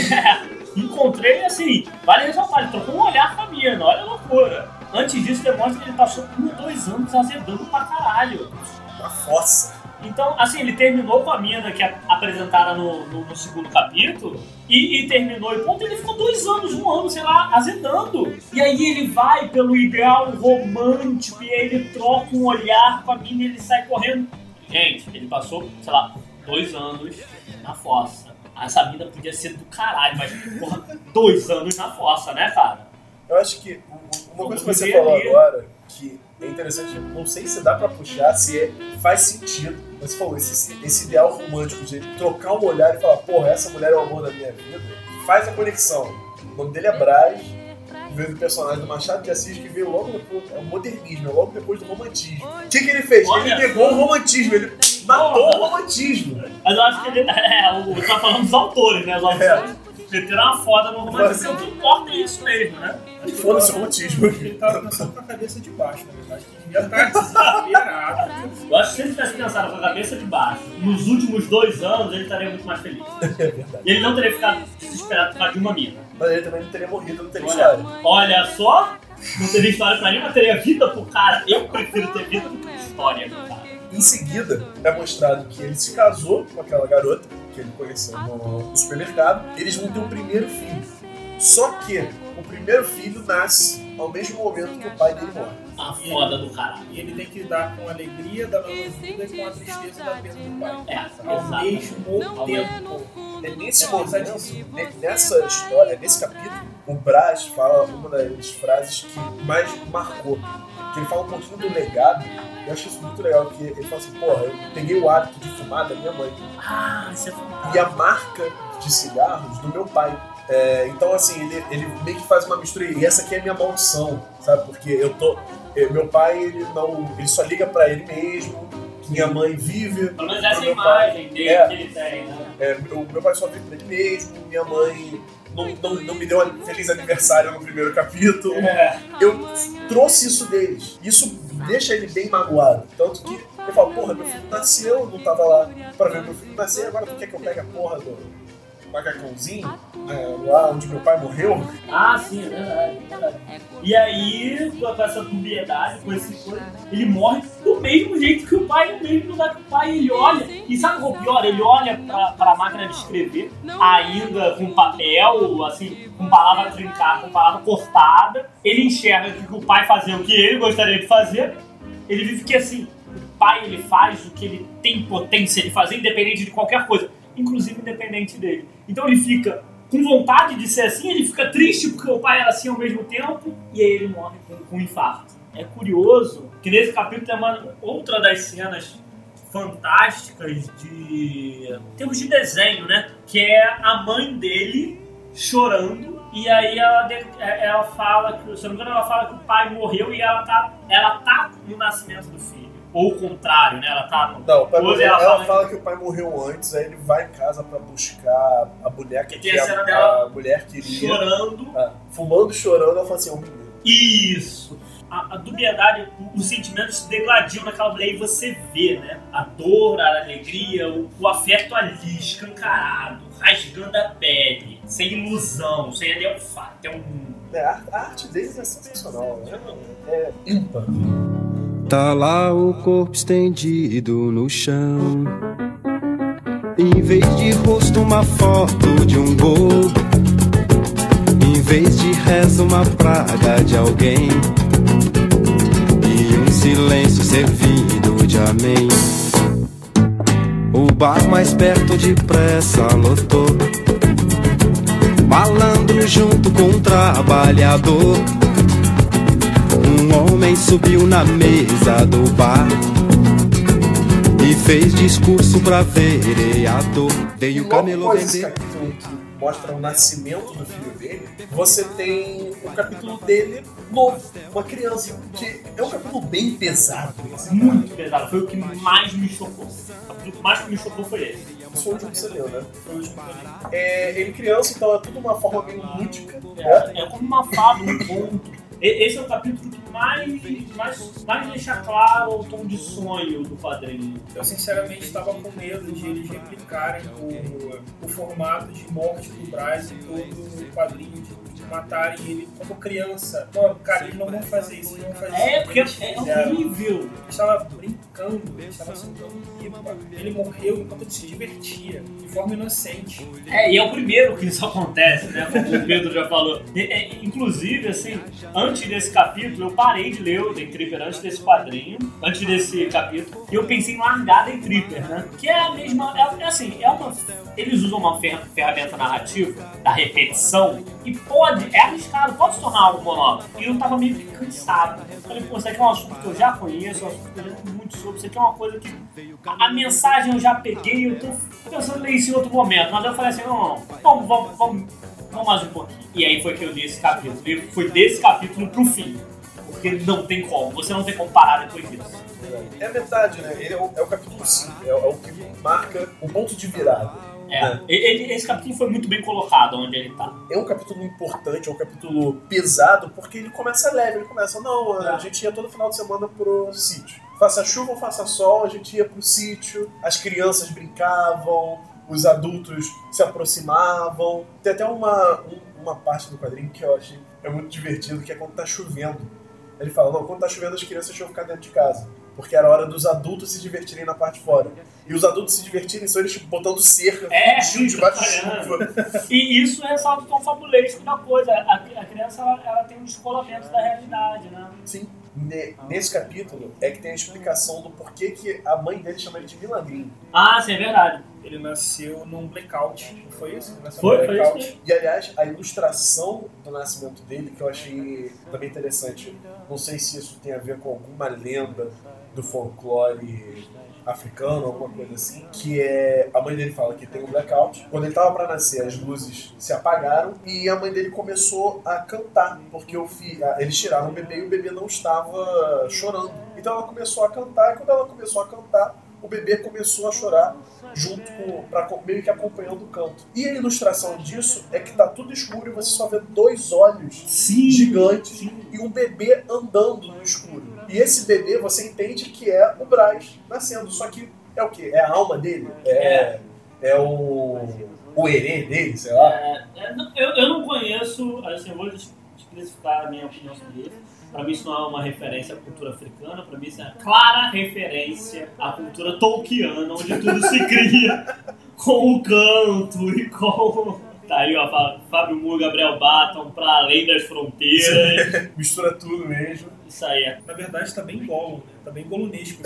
Encontrei assim, vale ressaltar, ele trocou um olhar com a mina, olha a loucura. Antes disso, demonstra que ele passou 1 ou 2 anos azedando pra caralho. Uma fossa. Então, assim, ele terminou com a mina que apresentaram no segundo capítulo e terminou, e ponto, ele ficou 2 anos, 1 ano, sei lá, azedando. E aí ele vai pelo ideal romântico, e aí ele troca um olhar com a mina e ele sai correndo. Gente, ele passou, sei lá, 2 anos na fossa. Essa mina podia ser do caralho, mas, porra, 2 anos na fossa, né, cara? Eu acho que uma coisa que você falou agora, que é interessante, não sei se dá pra puxar, se faz sentido, mas você falou, esse ideal romântico de trocar um olhar e falar, porra, essa mulher é o amor da minha vida, faz a conexão. O nome dele é Brás, veio do personagem do Machado de Assis, que veio logo depois, é o modernismo, é logo depois do romantismo. O que ele fez? Ele negou o romantismo, ele matou o romantismo. Mas eu acho que ele, tá falando dos autores, né, os autores. Meteram uma foda no romantismo, o que importa é isso mesmo, né? Foda-se o romantismo. Ele tava pensando com a cabeça de baixo, na verdade, que devia estar desesperado. Eu acho que se ele tivesse pensado com a cabeça de baixo, nos últimos 2 anos ele estaria muito mais feliz. É verdade. E ele não teria ficado desesperado por causa de uma mina. Mas ele também não teria morrido, não teria história. Olha só, não teria história pra mim, mas teria vida pro cara. Eu prefiro ter vida do que história pro cara. Em seguida, é mostrado que ele se casou com aquela garota que ele conheceu no supermercado. Eles vão ter um primeiro filho. Só que o primeiro filho nasce ao mesmo momento que o pai dele morre. A foda do caralho. E ele tem que lidar com a alegria da nova vida e com a tristeza da perda do pai. Ao mesmo tempo. É nesse momento, nessa história, nesse capítulo, o Brás fala uma das frases que mais marcou. Que ele fala um pouquinho do legado. Eu acho isso muito legal, porque ele fala assim, porra, eu peguei o hábito de fumar da minha mãe. Isso é fantástico. E a marca de cigarros do meu pai. Então, assim, ele meio que faz uma mistura. E essa aqui é a minha maldição, sabe? Porque meu pai, ele só liga pra ele mesmo. Minha mãe vive. Pelo menos essa imagem dele que ele tem, né? Meu pai só vive pra ele mesmo, minha mãe não me deu um feliz aniversário no primeiro capítulo. Eu trouxe isso deles. Isso deixa ele bem magoado. Tanto que ele fala, porra, meu filho nasceu, eu não tava lá pra ver meu filho nascer, agora tu quer que eu pegue a porra do macacãozinho lá onde meu pai morreu? Ah, sim, é verdade. E aí, com essa dubiedade, com esse coisa, ele morre do mesmo jeito que o pai, no mesmo lugar que o pai, ele olha. E sabe o que é pior? Ele olha pra máquina de escrever, ainda com papel, assim, com palavra trincada, com palavra cortada. Ele enxerga que o pai fazia o que ele gostaria de fazer. Ele vive que assim, o pai ele faz o que ele tem potência de fazer, independente de qualquer coisa, inclusive independente dele. Então ele fica com vontade de ser assim, ele fica triste porque o pai era assim ao mesmo tempo, e aí ele morre com um infarto. É curioso que nesse capítulo tem outra das cenas fantásticas em termos de desenho, né? Que é a mãe dele chorando, e aí ela fala que, se não me engano, ela fala que o pai morreu e ela tá no nascimento do filho. Ou o contrário, né? Ela tá no... Não, o pai morreu, ela fala que o pai morreu antes, aí ele vai em casa pra buscar a mulher que a mulher queria. Chorando. Fumando e chorando, ela fala assim, é um menino. Isso! A dubiedade, os sentimentos se degladiam naquela mulher e você vê, né? A dor, a alegria, o afeto ali, escancarado, rasgando a pele, sem ilusão, sem ali olfato. A arte deles é sensacional, né? É ímpar. Tá lá o corpo estendido no chão, em vez de rosto uma foto de um gol, em vez de rezo uma praga de alguém, e um silêncio servido de amém. O bar mais perto depressa lotou, malandro junto com um trabalhador. Um homem subiu na mesa do bar e fez discurso pra vereador. Veio o camelô vender. Esse capítulo que mostra o nascimento do filho dele, você tem o capítulo dele novo, uma criança, que é um capítulo bem pesado. Muito pesado, foi o que mais me chocou. O capítulo que mais me chocou foi esse. Isso foi o último que você leu, né? Foi o último que eu li. Ele criança, então é tudo uma forma bem lúdica. É como uma fada, um conto. Esse é o capítulo que mais deixa claro o tom de sonho do quadrinho. Eu sinceramente estava com medo de eles replicarem o formato de morte do Braz em todo o quadrinho, de matarem ele como criança. Não, cara, eles não vão fazer isso, eles não vão fazer isso. Porque é horrível. Ele estava brincando, ele estava soltando pipa. Ele morreu enquanto ele se divertia, de forma inocente. E é o primeiro que isso acontece, né? Como o Pedro já falou. Inclusive, assim, antes desse capítulo, eu parei de ler o The Tripper antes desse quadrinho, antes desse capítulo, e eu pensei em largar The Tripper, né? Que é a mesma... eles usam uma ferramenta narrativa da repetição e é arriscado, pode se tornar algo monótono. E eu tava meio que cansado. Eu falei, pô, isso aqui é um assunto que eu já conheço, é um assunto que eu já tenho muito sobre, isso aqui é uma coisa que a mensagem eu já peguei, eu tô pensando em ler isso em outro momento, mas eu falei assim, não, vamos mais um pouquinho. E aí foi que eu li esse capítulo. E foi desse capítulo pro fim. Porque não tem como. Você não tem como parar depois disso. É a metade, né? Ele é o capítulo 5. É o que marca o ponto de virada. Né? Esse capítulo foi muito bem colocado onde ele tá. É um capítulo importante, é um capítulo pesado, porque ele começa leve. Ele começa, a gente ia todo final de semana pro sítio. Faça chuva ou faça sol, a gente ia pro sítio. As crianças brincavam, os adultos se aproximavam. Tem até uma parte do quadrinho que eu achei muito divertido, que é quando tá chovendo. Ele fala, não, quando tá chovendo as crianças tinham que ficar dentro de casa, porque era hora dos adultos se divertirem na parte de fora. E os adultos se divertirem são eles botando cerca debaixo de chuva. E isso ressalta o tom fabulesco da coisa. A criança ela tem um descolamento da realidade, né? Sim. Nesse capítulo é que tem a explicação do porquê que a mãe dele chama ele de milagrinho. Ah, sim, é verdade. Ele nasceu num blackout, não foi isso? Foi isso mesmo. E aliás, a ilustração do nascimento dele, que eu achei também interessante, não sei se isso tem a ver com alguma lenda do folclore africano, alguma coisa assim, que é... A mãe dele fala que tem um blackout. Quando ele tava pra nascer, as luzes se apagaram e a mãe dele começou a cantar, porque eles tiraram o bebê e o bebê não estava chorando. Então ela começou a cantar, e quando ela começou a cantar, o bebê começou a chorar junto meio que acompanhando o canto. E a ilustração disso é que tá tudo escuro e você só vê 2 olhos gigantes e um bebê andando no escuro. E esse bebê você entende que é o Braz nascendo, só que é o quê? É a alma dele? É o herê dele, sei lá? Eu não conheço, assim, eu vou especificar a minha opinião sobre isso. Para mim isso não é uma referência à cultura africana, para mim isso é uma clara referência à cultura tolkiana, onde tudo se cria com o canto e com... Tá aí, ó, Fábio Moore, Gabriel Batton, para além das fronteiras. Mistura tudo mesmo. Isso aí. Na verdade tá bem Gollum, né? Tá bem golunesco.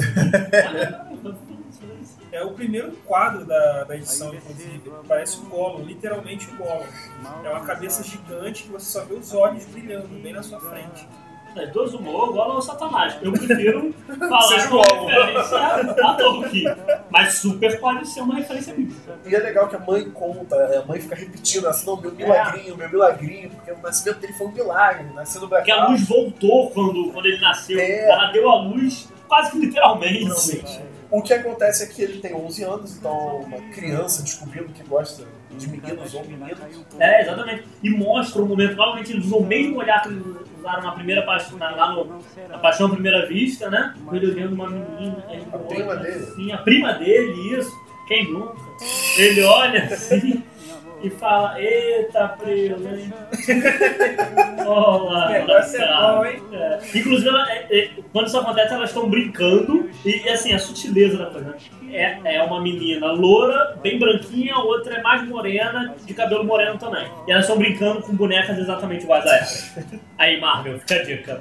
É o primeiro quadro da edição, inclusive. Parece um Gollum, literalmente um Gollum. É uma cabeça gigante que você só vê os olhos brilhando bem na sua frente. Das duas humor, Gollum é o Satanás. Eu prefiro falar com referência a Tolkien. Mas super pode ser uma referência bíblica. E é legal que a mãe conta, a mãe fica repetindo assim, não, meu milagrinho, porque o nascimento dele foi um milagre, nasceu no Porque a luz voltou quando ele nasceu. Ela deu a luz quase que literalmente. O que acontece é que ele tem 11 anos, então uma criança descobrindo que gosta de meninos ou meninas. Exatamente. E mostra o momento, novamente eles usam o mesmo olhar que eles usaram na primeira paixão, na Paixão à Primeira Vista, né? Ele olhando uma menina. A prima dele? Sim, a prima dele, isso. Quem nunca? Ele olha assim e fala, eita, prima, hein? Olá, negócio é bom, hein? Inclusive, quando isso acontece, elas estão brincando e assim, a sutileza da coisa. É uma menina loura, bem branquinha, a outra é mais morena, de cabelo moreno também. E elas estão brincando com bonecas exatamente iguais a elas. Aí, Marvel, fica a dica.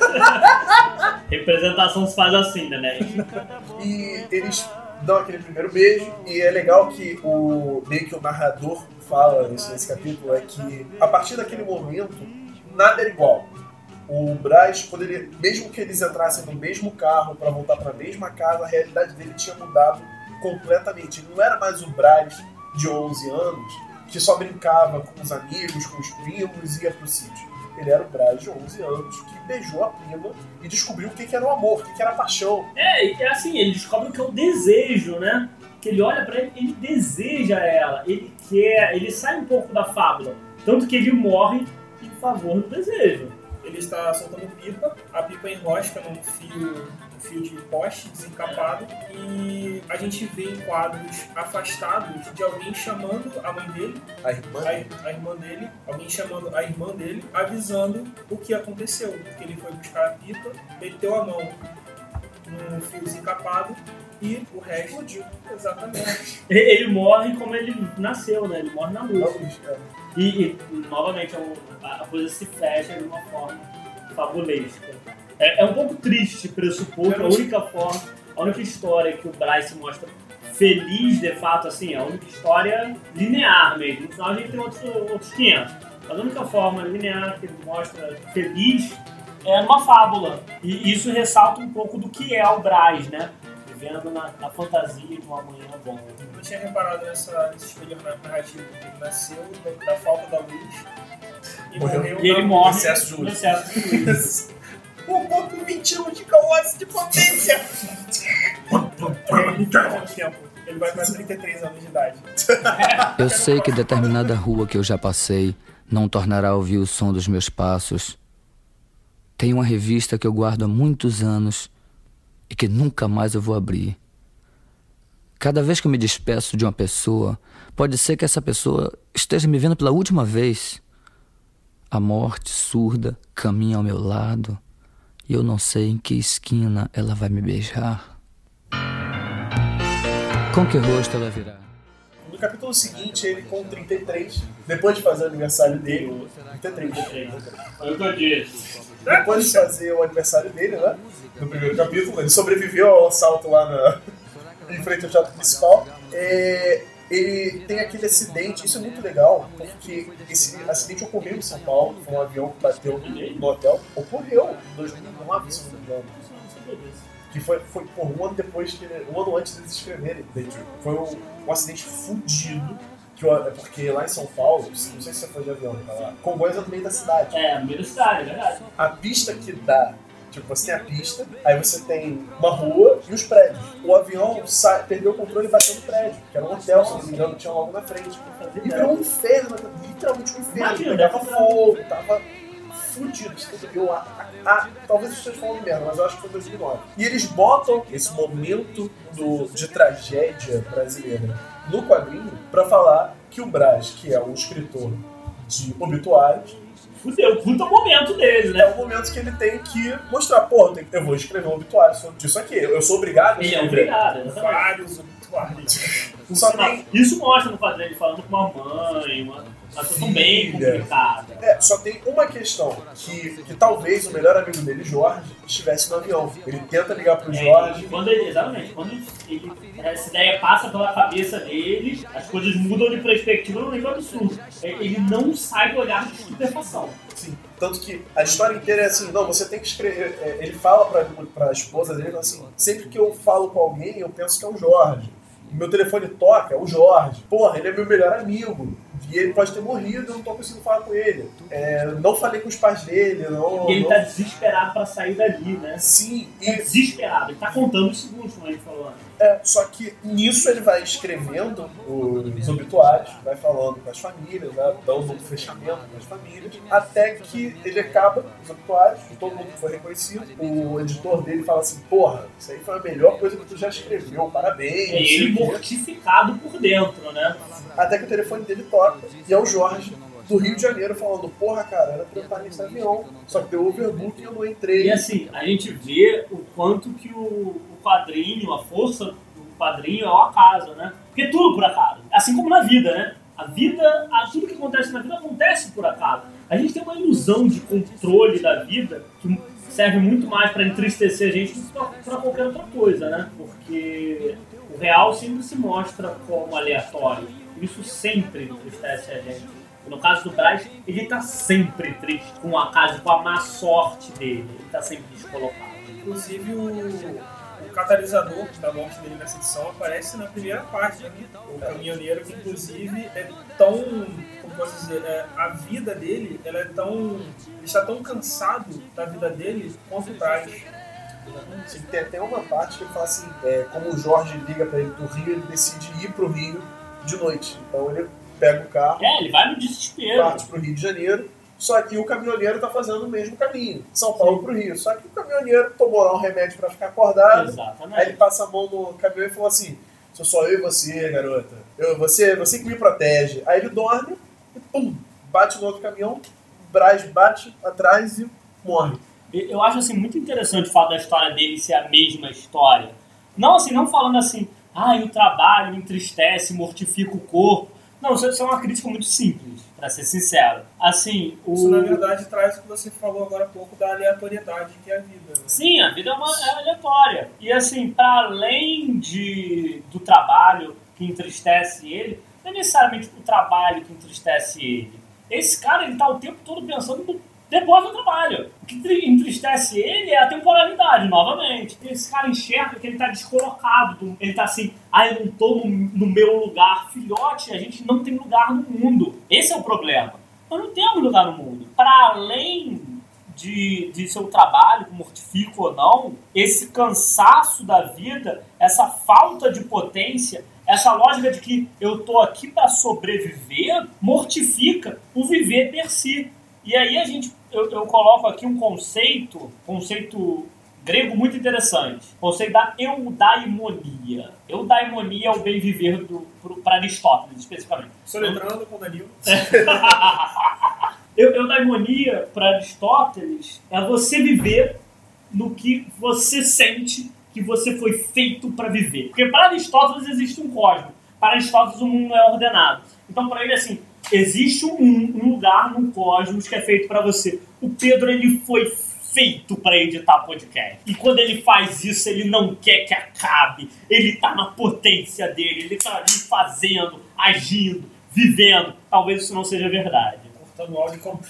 Representação se faz assim, né? E eles dão aquele primeiro beijo, e é legal que meio que o narrador fala isso nesse capítulo, é que a partir daquele momento, nada era igual. O Braz poderia, mesmo que eles entrassem no mesmo carro para voltar para a mesma casa, a realidade dele tinha mudado completamente. Ele não era mais o Braz de 11 anos, que só brincava com os amigos, com os primos e ia pro sítio. Ele era o Braz de 11 anos que beijou a prima e descobriu o que era o amor, o que era a paixão. É assim, ele descobre o que é o desejo, né? Que ele olha pra ele deseja ela, ele quer, ele sai um pouco da fábula. Tanto que ele morre em favor do desejo. Ele está soltando pipa, a pipa enrosca num fio de poste desencapado e a gente vê em quadros afastados de alguém chamando a mãe dele, a irmã dele, alguém chamando a irmã dele, avisando o que aconteceu, porque ele foi buscar a pipa, meteu a mão num fio desencapado e o resto explodiu. Exatamente. Ele morre como ele nasceu, né? Ele morre na luz. E novamente, a coisa se fecha de uma forma fabulesca. É um pouco triste pressupor que a única história que o Braz se mostra feliz, de fato, assim, é a única história linear mesmo. No final a gente tem outros 500. Mas a única forma linear que ele mostra feliz é numa fábula. E isso ressalta um pouco do que é o Braz, né? Vivendo na fantasia de um amanhã bom. Eu não tinha reparado nesse espelho narrativo, que ele nasceu da falta da luz e morreu e ele morre no excesso de luz. O ponto 21 de watts de potência! Ele vai para 33 anos de idade. Eu sei que determinada rua que eu já passei não tornará a ouvir o som dos meus passos. Tem uma revista que eu guardo há muitos anos e que nunca mais eu vou abrir. Cada vez que eu me despeço de uma pessoa, pode ser que essa pessoa esteja me vendo pela última vez. A morte surda caminha ao meu lado e eu não sei em que esquina ela vai me beijar. Com que rosto ela virá? No capítulo seguinte, ele com 33, depois de fazer o aniversário dele, 33. Foi o que eu disse. Depois de fazer o aniversário dele, né? No primeiro capítulo, ele sobreviveu ao assalto lá em frente ao teatro principal. Ele tem aquele acidente, isso é muito legal, porque esse acidente ocorreu em São Paulo, foi um avião que bateu no hotel, ocorreu em 2009, se não me engano. Que foi por um ano depois, um ano antes deles escreverem. Foi um acidente fudido. Porque lá em São Paulo, não sei se você foi de avião pra lá, Congonhas é no meio da cidade. No meio da cidade, é verdade. A pista que dá Tipo, você tem a pista, aí você tem uma rua e os prédios. O avião perdeu o controle e bateu no prédio, que era um hotel, se não me engano, tinha logo na frente. E virou um inferno, literalmente um inferno. Pegava fogo, tava fudido. Talvez eu esteja falando merda, mas eu acho que foi 2009. E eles botam esse momento de tragédia brasileira no quadrinho pra falar que o Braz, que é um escritor de obituários, fudeu, puta momento dele, né? É o momento que ele tem que mostrar, pô, eu vou escrever um obituário sobre isso aqui. Eu sou obrigado a Ele escrever. é obrigado, Vários obituários. Só tem... Isso mostra no quadrinho ele falando com uma mãe, uma situação bem complicada. Só tem uma questão, que talvez o melhor amigo dele, Jorge, estivesse no avião. Ele tenta ligar pro Jorge. Exatamente, quando essa ideia passa pela cabeça dele, as coisas mudam de perspectiva num nível absurdo. Ele não sai do olhar de estupefação. Sim, tanto que a história inteira é assim, não, você tem que escrever. Ele fala pra esposa dele assim, sempre que eu falo com alguém, eu penso que é o Jorge. Meu telefone toca, é o Jorge. Porra, ele é meu melhor amigo. E ele pode ter morrido, eu não tô conseguindo falar com ele. Não falei com os pais dele, não... E ele tá desesperado pra sair dali, né? Sim. Desesperado, ele tá contando os segundos, como a gente falou antes. Só que nisso ele vai escrevendo os obituários, vai falando com as famílias, né, dando um fechamento com as famílias, até que ele acaba os obituários, todo mundo foi reconhecido. O editor dele fala assim, porra, isso aí foi a melhor coisa que tu já escreveu, parabéns. É ele mortificado por dentro, né? Até que o telefone dele toca, e é o Jorge do Rio de Janeiro falando, porra, cara, era pra eu estar nesse avião, só que deu overbook e eu não entrei. E assim, a gente vê o quanto que o quadrinho, a força do quadrinho é o acaso, né? Porque tudo por acaso. Assim como na vida, né? Tudo que acontece na vida acontece por acaso. A gente tem uma ilusão de controle da vida que serve muito mais para entristecer a gente do que para qualquer outra coisa, né? Porque o real sempre se mostra como aleatório. Isso sempre entristece a gente. No caso do Braz, ele tá sempre triste com o acaso, com a má sorte dele. Ele tá sempre descolocado. Inclusive o catalisador da morte dele nessa edição aparece na primeira parte, né? O caminhoneiro que inclusive é tão, como posso dizer, a vida dele, ele está tão cansado da vida dele quanto o Braz. Tem até uma parte que ele fala assim, como o Jorge liga pra ele do Rio, ele decide ir pro Rio de noite. Então ele pega o carro, ele vai no desespero, parte pro Rio de Janeiro, só que o caminhoneiro tá fazendo o mesmo caminho, São Paulo pro Rio. Só que o caminhoneiro tomou lá um remédio pra ficar acordado. Exatamente. Aí ele passa a mão no caminhão e falou assim, sou só eu e você, garota. Você que me protege. Aí ele dorme e pum, bate no outro caminhão, o Braz bate atrás e morre. Eu acho assim, muito interessante o fato da história dele ser a mesma história. Não falando assim, o trabalho me entristece, mortifica o corpo. Não, isso é uma crítica muito simples, pra ser sincero. Assim, isso, na verdade, traz o que você falou agora há pouco da aleatoriedade que é a vida. Né? Sim, a vida é aleatória. E assim, para além do trabalho que entristece ele, não é necessariamente o trabalho que entristece ele. Esse cara, ele tá o tempo todo pensando depois do trabalho. O que entristece ele é a temporalidade, novamente. Esse cara enxerga que ele tá descolocado. Ele tá assim, eu não tô no meu lugar. Filhote, a gente não tem lugar no mundo. Esse é o problema. Nós não temos lugar no mundo. Para além de seu trabalho, mortifica ou não, esse cansaço da vida, essa falta de potência, essa lógica de que eu tô aqui para sobreviver, mortifica o viver per si. E aí eu coloco aqui um conceito grego muito interessante. O conceito da eudaimonia. Eudaimonia é o bem viver para Aristóteles, especificamente. Soletrando com Danilo. Eudaimonia para Aristóteles é você viver no que você sente que você foi feito para viver. Porque para Aristóteles existe um cosmos. Para Aristóteles o mundo não é ordenado. Então para ele assim, existe um lugar no cosmos que é feito para você. O Pedro, ele foi feito para editar podcast. E quando ele faz isso, ele não quer que acabe. Ele tá na potência dele. Ele tá ali fazendo, agindo, vivendo. Talvez isso não seja verdade. Cortando o áudio como...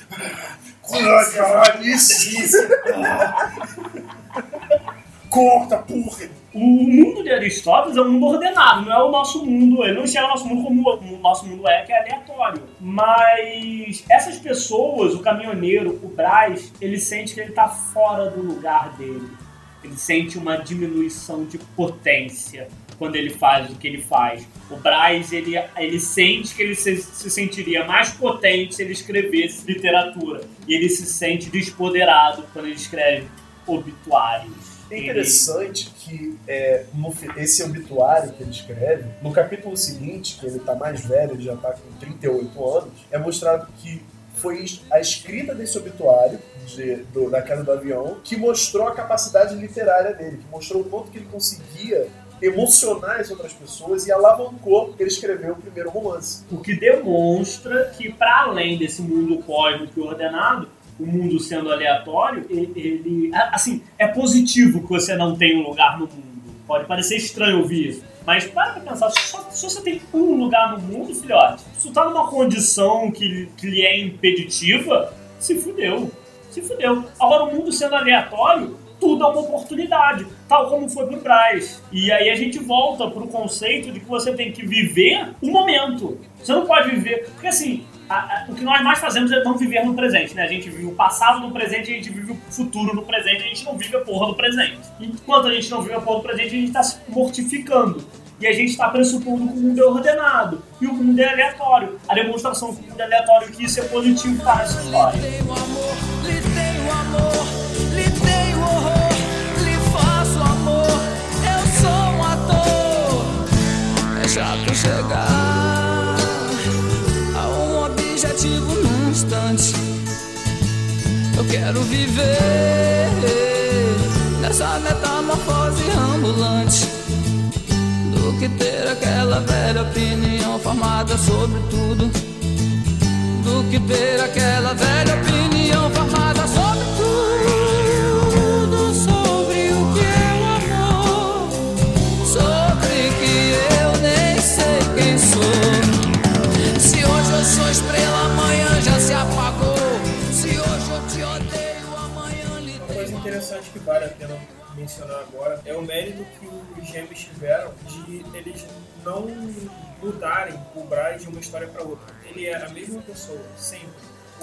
Caralho, isso! Corta, porra! O mundo de Aristóteles é um mundo ordenado, não é o nosso mundo. Ele não enxerga o nosso mundo como o nosso mundo que é aleatório. Mas essas pessoas, o caminhoneiro, o Braz, ele sente que ele está fora do lugar dele. Ele sente uma diminuição de potência quando ele faz o que ele faz. O Braz, ele sente que ele se sentiria mais potente se ele escrevesse literatura. E ele se sente despoderado quando ele escreve obituários. É interessante que esse obituário que ele escreve, no capítulo seguinte, que ele está mais velho, ele já está com 38 anos, é mostrado que foi a escrita desse obituário, da queda do avião, que mostrou a capacidade literária dele, que mostrou o quanto que ele conseguia emocionar as outras pessoas e alavancou que ele escreveu o primeiro romance. O que demonstra que, para além desse mundo cósmico e ordenado, o mundo sendo aleatório, ele assim, é positivo que você não tenha um lugar no mundo. Pode parecer estranho ouvir isso, mas para pra pensar, se você tem um lugar no mundo, filhote, se tu tá numa condição que lhe é impeditiva, se fudeu. Agora, o mundo sendo aleatório, tudo é uma oportunidade, tal como foi pro Braz. E aí a gente volta pro conceito de que você tem que viver o momento. Você não pode viver... Porque assim, o que nós mais fazemos é não viver no presente, né? A gente vive o passado no presente, a gente vive o futuro no presente, a gente não vive a porra do presente. Enquanto a gente não vive a porra do presente, a gente tá se mortificando. E a gente está pressupondo que o mundo é ordenado e o mundo é aleatório. A demonstração que o mundo é aleatório, que isso é positivo para essa história. Lhe tenho amor, lhe tenho horror, lhe faço amor, eu sou um ator. É chato chegar a um objetivo num instante. Eu quero viver nessa metamorfose ambulante, do que ter aquela velha opinião formada sobre tudo, do que ter aquela velha opinião formada sobre tudo, sobre o que é o amor, sobre que eu nem sei quem sou. Se hoje eu sou estrela, amanhã já se apagou. Se hoje eu te odeio, amanhã lhe... Uma coisa interessante que vale a pena mencionar agora é o mérito que os gêmeos tiveram de eles não mudarem o Braz de uma história para outra. Ele é a mesma pessoa, sempre. O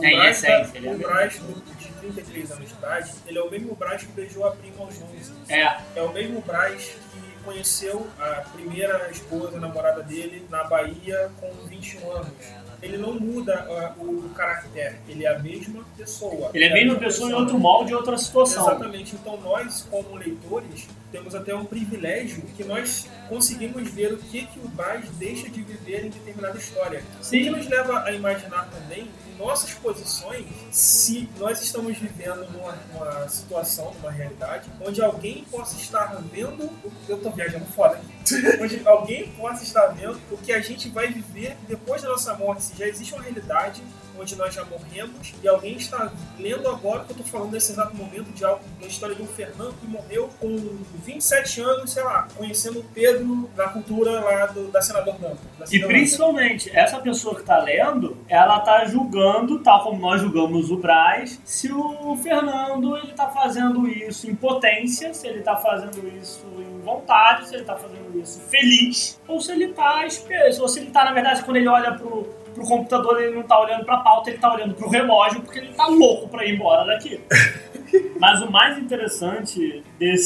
Braz de 33 anos de idade, ele é o mesmo Braz que beijou a prima aos 11. É o mesmo Braz que conheceu a primeira esposa, a namorada dele, na Bahia com 21 anos. Ele não muda o caractere, ele é a mesma pessoa. Ele é a mesma pessoa em outro molde, em outra situação. Exatamente. Então nós, como leitores, temos até um privilégio que nós conseguimos ver o que o Braz deixa de viver em determinada história. Sim. O que nos leva a imaginar também nossas posições, se nós estamos vivendo numa situação, numa realidade, onde alguém possa estar vendo... Eu tô viajando foda aqui. Onde alguém possa estar vendo o que a gente vai viver depois da nossa morte. Se já existe uma realidade onde nós já morremos e alguém está lendo agora o que eu estou falando nesse exato momento da história de um Fernando que morreu com 27 anos, sei lá, conhecendo o Pedro na cultura lá da Senador Dama. E principalmente, essa pessoa que está lendo, ela está julgando, tal como nós julgamos o Braz, se o Fernando ele está fazendo isso em potência, se ele está fazendo isso em vontade, se ele está fazendo isso feliz, ou se ele está espeso, ou se ele está, na verdade, quando ele olha pro computador, ele não tá olhando pra pauta, ele tá olhando pro relógio, porque ele tá louco pra ir embora daqui. Mas o mais interessante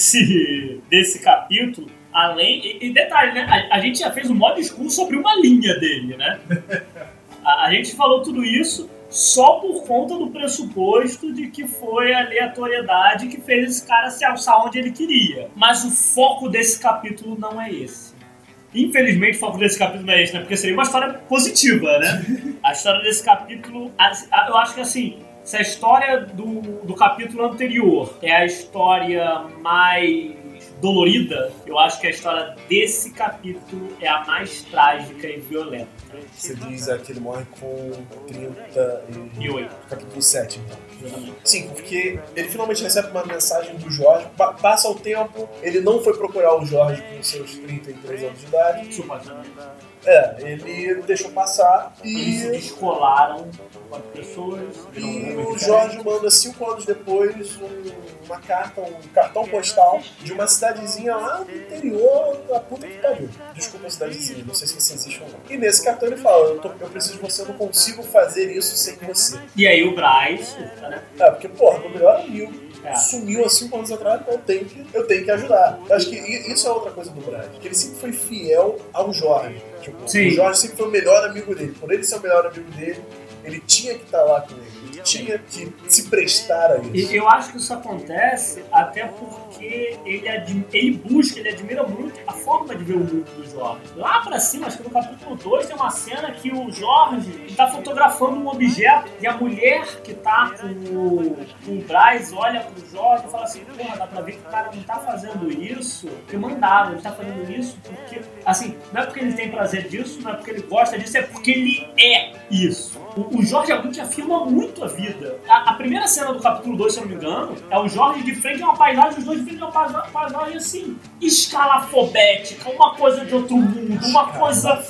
desse capítulo, além... E detalhe, né? A gente já fez um maior discurso sobre uma linha dele, né? A gente falou tudo isso só por conta do pressuposto de que foi a aleatoriedade que fez esse cara se alçar onde ele queria. Mas o foco desse capítulo não é esse. Infelizmente, o foco desse capítulo não é esse, né? Porque seria uma história positiva, né? A história desse capítulo... Eu acho que, assim, se a história do capítulo anterior é a história mais dolorida, eu acho que a história desse capítulo é a mais trágica e violenta. Você diz que ele morre com 38. Capítulo 7, então. Sim, porque ele finalmente recebe uma mensagem do Jorge, passa o tempo, ele não foi procurar o Jorge com seus 33 anos de idade. Ele deixou passar e... Eles se descolaram com as pessoas. E o Jorge manda 5 anos depois uma carta, um cartão postal de uma cidade cidadezinha lá no interior da puta que pariu. Desculpa a cidadezinha, não sei se você existe ou não. E nesse cartão ele fala, eu preciso de você, eu não consigo fazer isso sem você. E aí o Braz, né? Porque, porra, meu melhor amigo sumiu há 5 anos atrás, então eu tenho que ajudar. Eu acho que isso é outra coisa do Braz, que ele sempre foi fiel ao Jorge. Tipo, o Jorge sempre foi o melhor amigo dele. Por ele ser o melhor amigo dele, ele tinha que estar lá com ele. Tinha que se prestar a isso. Eu acho que isso acontece até porque ele admira muito a forma de ver o mundo do Jorge. Lá pra cima, acho que no capítulo 2 tem uma cena que o Jorge tá fotografando um objeto e a mulher que tá com o Braz olha pro Jorge e fala assim, porra, dá pra ver que o cara não tá fazendo isso porque mandaram, ele tá fazendo isso porque, assim, não é porque ele tem prazer disso, não é porque ele gosta disso, é porque ele é isso. O Jorge é alguém que afirma muito a vida. A primeira cena do capítulo 2, se eu não me engano, é o Jorge de frente a uma paisagem, os dois de frente a uma paisagem assim, escalafobética, uma coisa de outro mundo, uma coisa...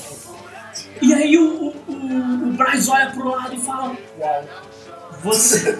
E aí o Braz olha pro lado e fala, uau, você...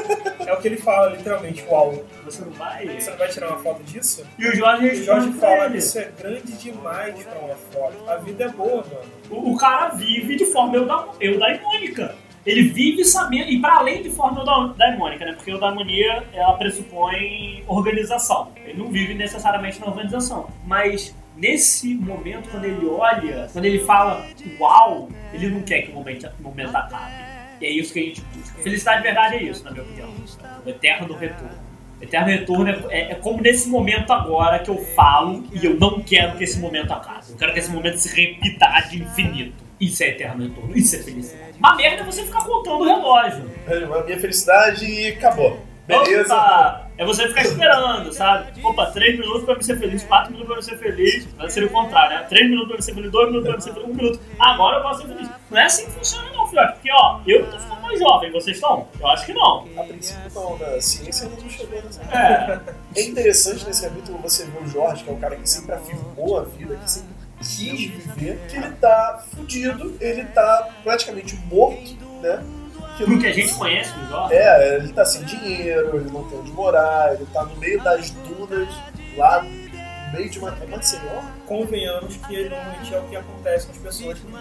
É o que ele fala, literalmente, uau. Você não vai tirar uma foto disso? E o Jorge fala, isso é grande demais pra uma foto. A vida é boa, mano. O cara vive de forma eudaimônica. Ele vive sabendo, e para além de forma eudaimônica, né? Porque a eudaimonia, ela pressupõe organização. Ele não vive necessariamente na organização. Mas nesse momento, quando ele olha, quando ele fala uau, ele não quer que o momento acabe. E é isso que a gente busca. Felicidade de verdade é isso, na minha opinião. O eterno retorno. Eterno retorno é como nesse momento agora que eu falo e eu não quero que esse momento acabe. Eu quero que esse momento se repita ad infinito. Isso é eterno retorno, isso é felicidade. Uma merda é você ficar contando o relógio. A minha felicidade acabou. Beleza? Opa, é você ficar esperando, sabe? Opa, 3 minutos pra me ser feliz, 4 minutos pra me ser feliz. Vai ser o contrário, né? 3 minutos pra me ser feliz, 2 minutos pra me ser feliz, 1 minuto. Agora eu posso ser feliz. Não é assim que funciona não, filhote. Porque, ó, eu tô ficando mais jovem, vocês estão? Eu acho que não. A princípio não, né? A ciência não chegou nessa. É interessante nesse capítulo você ver o Jorge, que é um cara que sempre afirmou a vida, que sempre quis viver, que ele tá fudido, ele tá praticamente morto, né? Pro que a gente conhece do Jorge. Ele tá sem dinheiro, ele não tem onde morar, ele tá no meio das dunas, lá no meio de Maceió. Convenhamos que normalmente é o que acontece com as pessoas que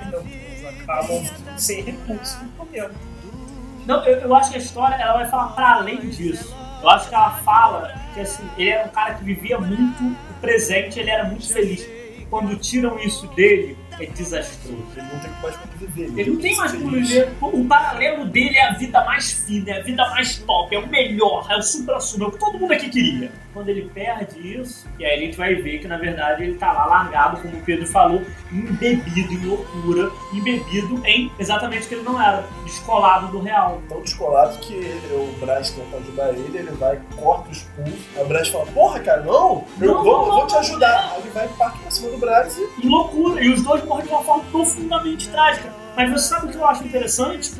não acabam sem recursos no momento. Não, eu acho que a história ela vai falar pra além disso. Eu acho que ela fala que assim, ele era um cara que vivia muito o presente, ele era muito feliz. Quando tiram isso dele, é desastroso. Ele não tem mais como viver. Ele não tem mais como viver. O paralelo dele é a vida mais fina, é a vida mais top, é o melhor, é o supra-sumo, é o que todo mundo aqui queria. Quando ele perde isso, e aí a gente vai ver que na verdade ele tá lá largado, como o Pedro falou, embebido em loucura, embebido em exatamente o que ele não era, descolado do real. Tão descolado que o Braz tenta ajudar ele vai, corta os pulsos, aí o Braz fala, porra cara, não, eu vou te ajudar. Aí ele vai e parte pra cima do Braz e loucura, e os dois morrem de uma forma profundamente trágica. Mas você sabe o que eu acho interessante?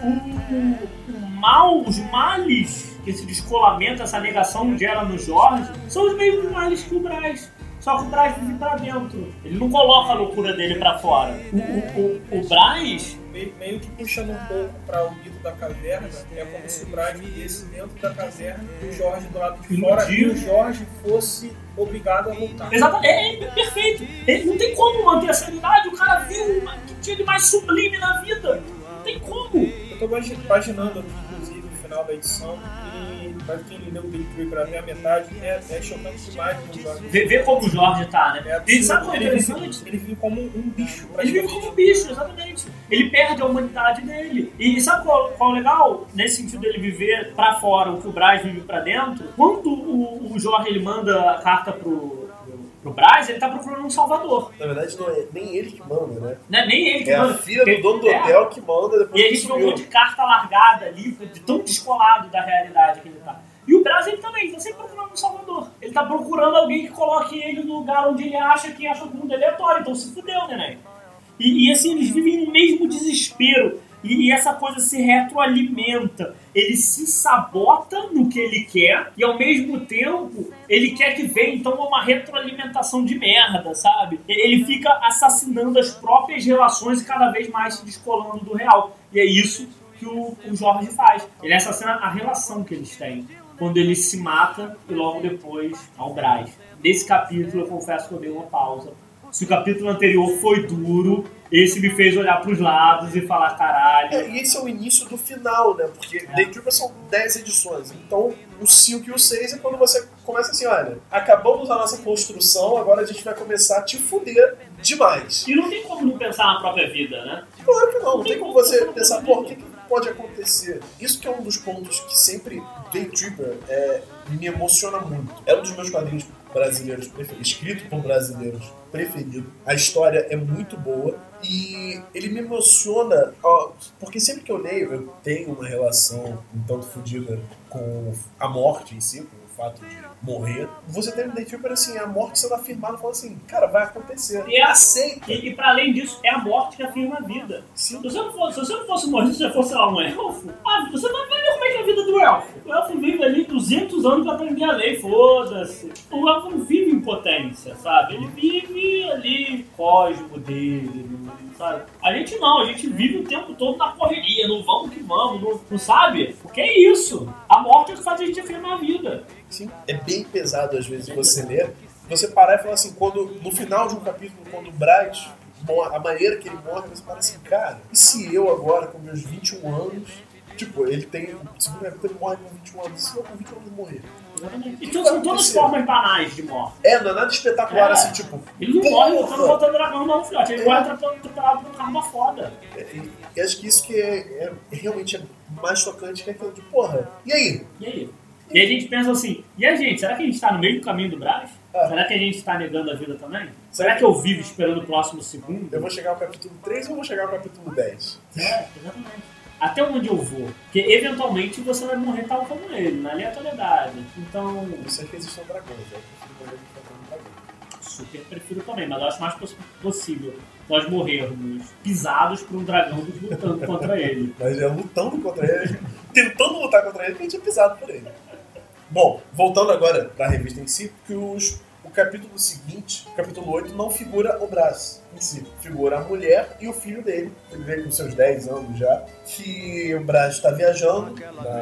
Os males que esse descolamento, essa negação gera no Jorge, são os mesmos males que o Braz. Só que o Braz vive pra dentro. Ele não coloca a loucura dele pra fora. O Braz... Meio que puxando um pouco para o mito da caverna, é como se o Braz vivesse dentro da caverna e o Jorge do lado de fora e o Jorge fosse obrigado a voltar. Exatamente, é perfeito. Ele não tem como manter a sanidade, o cara viu o que tinha de mais sublime na vida. Não tem como. Eu tô imaginando aqui, inclusive, no final da edição, e para quem leu o Day para ver a metade, é chocante demais o Jorge. Ver como o Jorge tá, né? Ele sabe o que é interessante? Ele vive como um bicho. Ele vive como um bicho, exatamente. Ele perde a humanidade dele. E sabe qual é o legal? Nesse sentido dele viver pra fora o que o Braz vive pra dentro, quando o Jorge ele manda a carta pro Braz, ele tá procurando um salvador. Na verdade, não é nem ele que manda, né? Não é nem ele que manda. É a filha do dono do hotel que manda depois. E a gente vê um monte de carta largada ali, de tão descolado da realidade que ele tá. E o Braz, ele também, ele tá sempre procurando um salvador. Ele tá procurando alguém que coloque ele no lugar onde ele acha que o mundo é aleatório. Então se fudeu, né? E assim, eles vivem no mesmo desespero. E essa coisa se retroalimenta. Ele se sabota no que ele quer e, ao mesmo tempo, ele quer que venha, então, uma retroalimentação de merda, sabe? Ele fica assassinando as próprias relações e cada vez mais se descolando do real. E é isso que o Jorge faz. Ele assassina a relação que eles têm. Quando ele se mata e logo depois ao Braz. Nesse capítulo eu confesso que eu dei uma pausa. Se o capítulo anterior foi duro, esse me fez olhar pros lados e falar caralho. E esse é o início do final, né? Porque Day Tripper são 10 edições. Então o 5 e o 6 é quando você começa assim, olha, acabamos a nossa construção, agora a gente vai começar a te fuder demais. E não tem como não pensar na própria vida, né? Claro que não tem como você pensar, pô, o que pode acontecer? Isso que é um dos pontos que sempre Day Tripper me emociona muito. É um dos meus quadrinhos brasileiros preferidos, escrito por brasileiros preferido. A história é muito boa e ele me emociona, porque sempre que eu leio, eu tenho uma relação um tanto fodida com a morte em si, com o fato de morrer. Você tem no Day Tripper assim, a morte sendo afirmada, falando assim, cara, vai acontecer. E aceita. E pra além disso, é a morte que afirma a vida. Sim. Se você não fosse morrer, se você fosse lá um elfo, você vai ver como é que é a vida do elfo. O elfo vive ali 200 anos pra aprender a lei, foda-se. O elfo não vive em potência, sabe? Ele vive ali, código dele, sabe? A gente não, a gente vive o tempo todo na correria, não vamos que vamos, não sabe? O que é isso? A morte é o que faz a gente afirmar a vida. Sim, é bem pesado às vezes você ler, você parar e falar assim, no final de um capítulo, quando o Braz, a maneira que ele morre, você fala assim, cara, e se eu agora, com meus 21 anos, tipo, ele tem, segundo ele morre com 21 anos, e se eu com 21 anos morrer? Então são todas formas banais de morte. Não é nada espetacular assim, tipo... Ele não morre botando o dragão no filhote, ele morre atropelado por um carro foda. E acho que isso que realmente é mais tocante que aquilo de, porra, e aí? E a gente pensa assim, e a gente, será que a gente tá no meio do caminho do Braz? Será que a gente tá negando a vida também? Será que eu vivo esperando o próximo segundo? Eu vou chegar ao capítulo 3 ou vou chegar ao capítulo 10? Exatamente. Até onde eu vou? Porque eventualmente você vai morrer tal como ele, na aleatoriedade. Então... Eu sei que existem dragões, eu prefiro morrer enfrentando um dragão. Super prefiro também, mas eu acho mais possível nós morrermos pisados por um dragão do que lutando contra ele. Mas é lutando contra ele, tentando lutar contra ele, que a gente é pisado por ele. Bom, voltando agora para a revista em si, porque o capítulo seguinte, o capítulo 8, não figura o Braz em si. Figura a mulher e o filho dele, ele veio com seus 10 anos já, que o Braz está viajando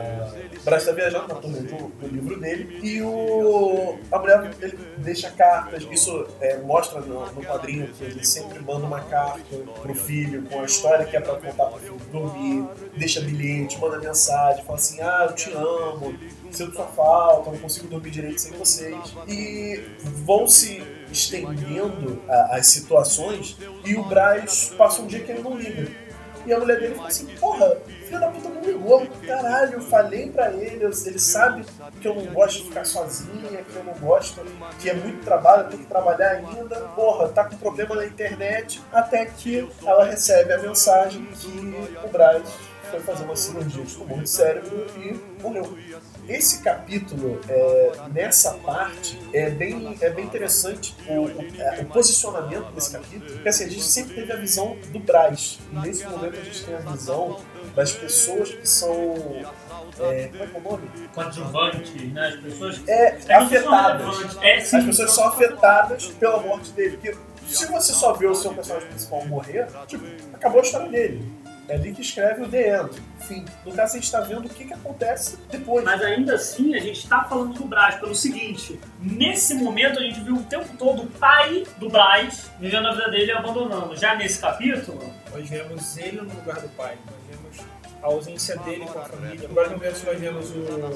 na turnê do livro dele, e a mulher ele deixa cartas, isso mostra no quadrinho que ele sempre manda uma carta pro filho com a história que é para contar pro filho dormir, deixa bilhete, manda mensagem, fala assim, eu te amo, sinto sua falta, não consigo dormir direito sem vocês. E vão se estendendo as situações e o Braz passa um dia que ele não liga. E a mulher dele fala assim, porra, filho da puta não ligou, caralho, eu falei pra ele, ele sabe que eu não gosto de ficar sozinha, que eu não gosto, que é muito trabalho, eu tenho que trabalhar ainda, porra, tá com problema na internet, até que ela recebe a mensagem que o Braz foi fazer uma cirurgia de tumor de cérebro e morreu. Esse capítulo, nessa parte, é bem interessante o posicionamento desse capítulo, porque assim, a gente sempre teve a visão do Braz, e nesse momento a gente tem a visão das pessoas que são... como é que é o nome? Coadjuvantes, né? As pessoas... afetadas. As pessoas são afetadas pela morte dele, porque se você só vê o seu personagem principal morrer, tipo, acabou a história dele. É ali que escreve o The End. Enfim, no caso a gente está vendo o que acontece depois. Mas ainda assim a gente está falando do Braz pelo seguinte, nesse momento a gente viu o tempo todo o pai do Braz vivendo a vida dele e abandonando. Já nesse capítulo... Nós vemos ele no lugar do pai, nós vemos a ausência dele com a família. Agora nós vemos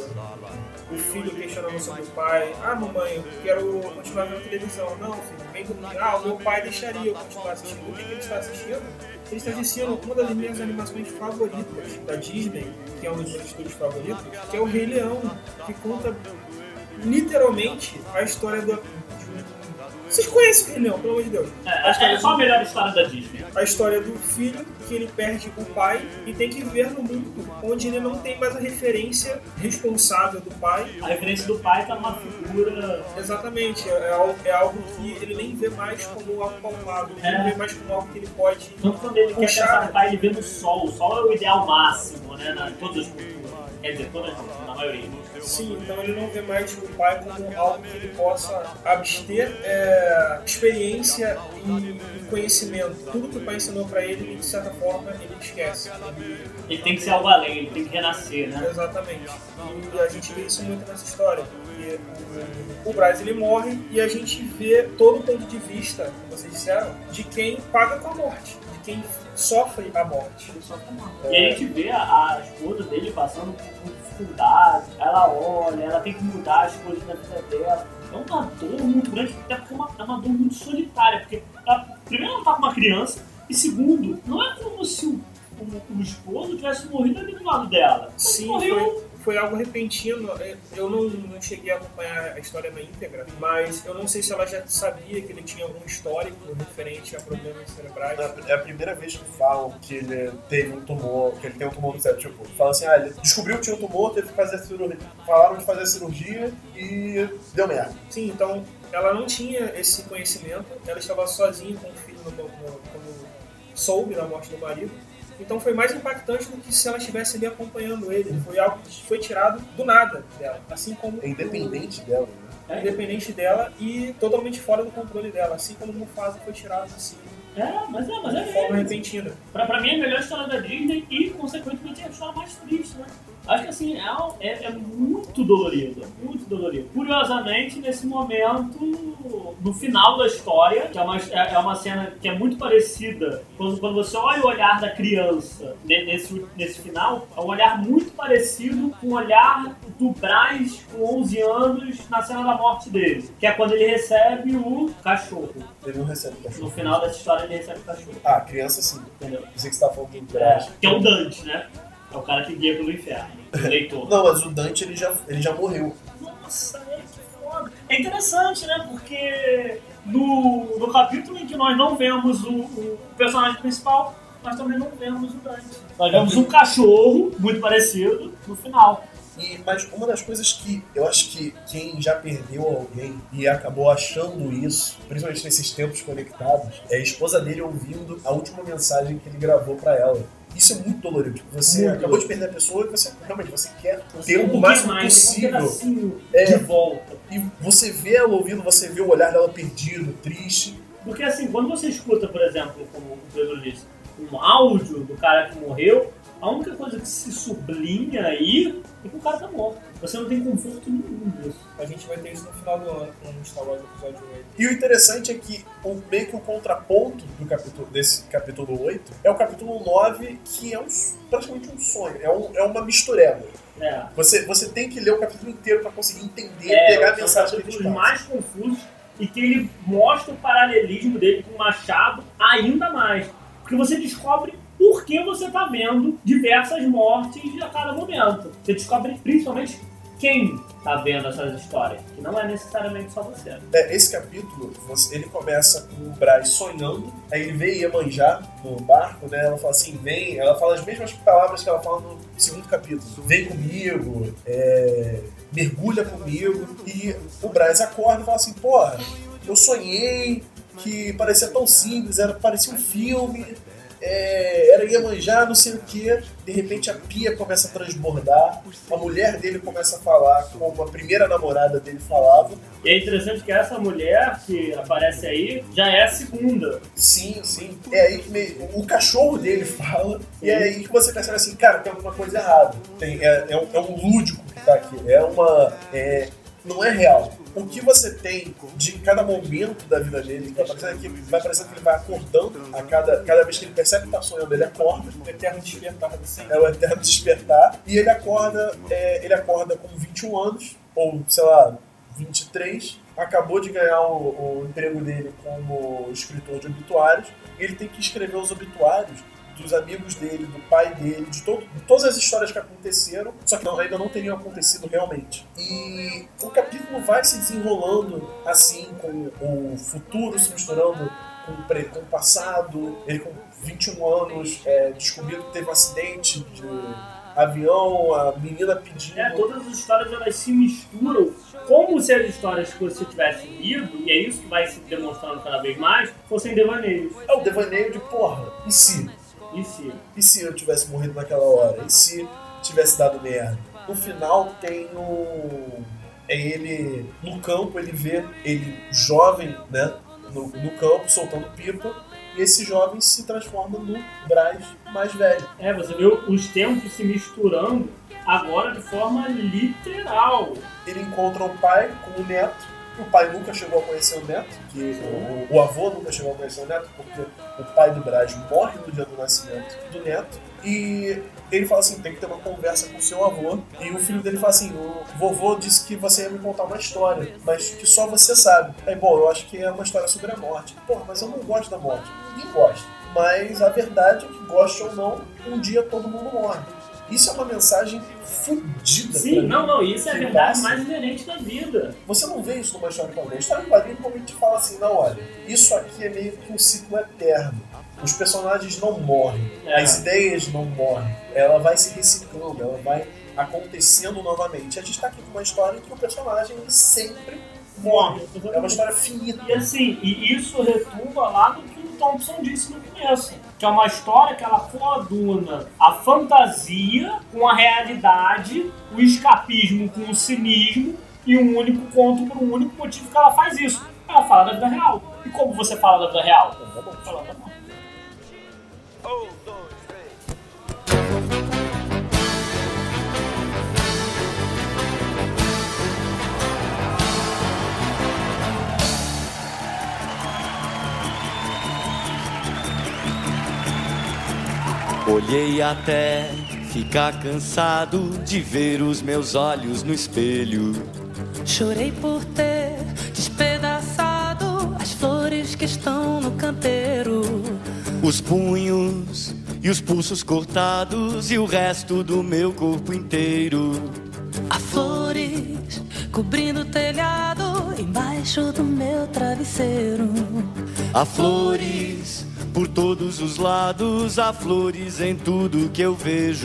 o filho questionando sobre o pai. Mamãe, eu quero continuar vendo televisão. Não, filho, vem comigo. O meu pai deixaria eu continuar assistindo. O que ele está assistindo? Ele está assistindo uma das minhas animações favoritas da Disney, que é um dos meus estúdios favoritos, que é o Rei Leão, que conta literalmente a história Vocês conhecem o Rei Leão, pelo amor de Deus. É só a melhor história da Disney. A história do filho, que ele perde o pai e tem que viver no mundo onde ele não tem mais a referência responsável do pai. A referência do pai tá numa figura... Exatamente, é algo que ele nem vê mais como algo palpável, ele não vê mais como algo que ele pode... Tanto quando ele quer pensar no pai, ele vê no sol. O sol é o ideal máximo, né, em todas as culturas. Quer dizer, todas não, na maioria. Sim, então ele não vê mais o pai como algo que ele possa abster experiência e conhecimento. Tudo que o pai ensinou pra ele, de certa forma, ele esquece. Ele tem que ser algo além, ele tem que renascer, né? Exatamente. E a gente vê isso muito nessa história. Porque o Braz, ele morre e a gente vê todo o ponto de vista, como vocês disseram, de quem paga com a morte, de quem sofre a morte. E a gente vê a esposa dele passando por dificuldade, ela olha, ela tem que mudar as coisas na vida dela. É uma dor muito grande, até porque é uma dor muito solitária, porque primeiro ela tá com uma criança, e segundo, não é como se o esposo tivesse morrido ali do lado dela. Sim, foi algo repentino. Eu não cheguei a acompanhar a história na íntegra, mas eu não sei se ela já sabia que ele tinha algum histórico referente a problemas cerebrais. É a primeira vez que falam que ele teve um tumor, que ele tem um tumor no cérebro. Tipo, falam assim, ele descobriu que tinha um tumor, teve que fazer a cirurgia. Falaram de fazer a cirurgia e deu merda. Sim, então ela não tinha esse conhecimento, ela estava sozinha com o filho quando soube da morte do marido. Então foi mais impactante do que se ela estivesse ali acompanhando ele. Foi algo que foi tirado do nada dela. Assim como... É independente dela, né? Independente dela e totalmente fora do controle dela. Assim como o Mufasa foi tirado assim. Mas de forma repentina. Pra mim é a melhor história da Disney e, consequentemente, é a história mais triste, né? Acho que assim, é muito dolorido, muito dolorido. Curiosamente, nesse momento, no final da história, que é uma cena que é muito parecida, quando você olha o olhar da criança nesse final, é um olhar muito parecido com o olhar do Braz com 11 anos na cena da morte dele, que é quando ele recebe o cachorro. Ele não recebe o cachorro. No final dessa história ele recebe o cachorro. Criança sim. Entendeu? Você que você tá falando do Braz. Que é o Dante, né? É o cara que guia pelo inferno, o leitor. Não, mas o Dante ele já morreu. Nossa, que foda. É interessante, né? Porque no capítulo em que nós não vemos o personagem principal, nós também não vemos o Dante. Nós vemos um cachorro muito parecido no final. Mas uma das coisas que eu acho que quem já perdeu alguém e acabou achando isso, principalmente nesses tempos conectados, é a esposa dele ouvindo a última mensagem que ele gravou pra ela. Isso é muito dolorido. Tipo, você acabou de perder a pessoa e você quer ter o máximo possível de volta. E você vê ela ouvindo, você vê o olhar dela perdido, triste. Porque assim, quando você escuta, por exemplo, como o Pedro disse, um áudio do cara que morreu, a única coisa que se sublinha aí é que o cara tá morto. Você não tem conforto nenhum disso. A gente vai ter isso no final do ano, com o Star Wars episódio 8. E o interessante é que meio que o contraponto desse capítulo 8 é o capítulo 9, que é praticamente um sonho. É uma mistureba. Você tem que ler o capítulo inteiro para conseguir entender, pegar a mensagem que ele passa. Mais confusos e que ele mostra o paralelismo dele com o Machado ainda mais. Porque você descobre por que você está vendo diversas mortes a cada momento. Você descobre principalmente quem está vendo essas histórias, que não é necessariamente só você. Esse capítulo, ele começa com o Braz sonhando, aí ele vê Iemanjá no barco, né? Ela fala assim, vem, ela fala as mesmas palavras que ela fala no segundo capítulo. Vem comigo, mergulha comigo, e o Braz acorda e fala assim, porra, eu sonhei que parecia tão simples, parecia um filme, era Iemanjá, não sei o que. De repente a pia começa a transbordar, a mulher dele começa a falar como a primeira namorada dele falava. E é interessante que essa mulher que aparece aí já é a segunda. Sim. É aí que o cachorro dele fala. Sim. E é aí que você percebe assim, cara, tem alguma coisa errada. É um lúdico que tá aqui. Não é real. O que você tem de cada momento da vida dele, vai parecendo que ele vai acordando, cada vez que ele percebe que tá sonhando, ele acorda. O eterno despertar. É o eterno despertar. E ele acorda com 21 anos, ou sei lá, 23. Acabou de ganhar o emprego dele como escritor de obituários. E ele tem que escrever os obituários dos amigos dele, do pai dele, de todas as histórias que aconteceram, só que ainda não teriam acontecido realmente. E o capítulo vai se desenrolando assim, com o futuro se misturando com o passado. Ele com 21 anos descobrindo que teve um acidente de avião, a menina pedindo... Todas as histórias elas se misturam como se as histórias que você tivesse lido, e é isso que vai se demonstrando cada vez mais, fossem devaneios. É o devaneio de, porra, e se? E se eu tivesse morrido naquela hora? E se tivesse dado merda? No final tem ele no campo, ele vê ele jovem, né, no campo, soltando pipa, e esse jovem se transforma no Braz mais velho. Você viu os tempos se misturando agora de forma literal. Ele encontra o pai com o neto. O pai nunca chegou a conhecer o neto, que o avô nunca chegou a conhecer o neto, porque o pai do Braz morre no dia do nascimento do neto. E ele fala assim, tem que ter uma conversa com o seu avô. E o filho dele fala assim, o vovô disse que você ia me contar uma história, mas que só você sabe. Aí, bom, eu acho que é uma história sobre a morte. Porra, mas eu não gosto da morte. Ninguém gosta. Mas a verdade é que, goste ou não, um dia todo mundo morre. Isso é uma mensagem fodida. Sim, não, isso é a verdade mais inerente da vida. Você não vê isso numa história em quadrinho. A história em quadrinho normalmente fala assim, não, olha, isso aqui é meio que um ciclo eterno. Os personagens não morrem, as ideias não morrem. Ela vai se reciclando, ela vai acontecendo novamente. A gente está aqui com uma história em que o personagem sempre morre. É uma história finita. E assim, isso retumba lá no que o Thompson disse no começo. Que é uma história que ela coaduna a fantasia com a realidade, o escapismo com o cinismo e um único conto por um único motivo que ela faz isso. Ela fala da vida real. E como você fala da vida real? Falando da morte. Olhei até ficar cansado de ver os meus olhos no espelho. Chorei por ter despedaçado as flores que estão no canteiro. Os punhos e os pulsos cortados e o resto do meu corpo inteiro. Há flores cobrindo o telhado embaixo do meu travesseiro. Há flores por todos os lados, há flores em tudo que eu vejo.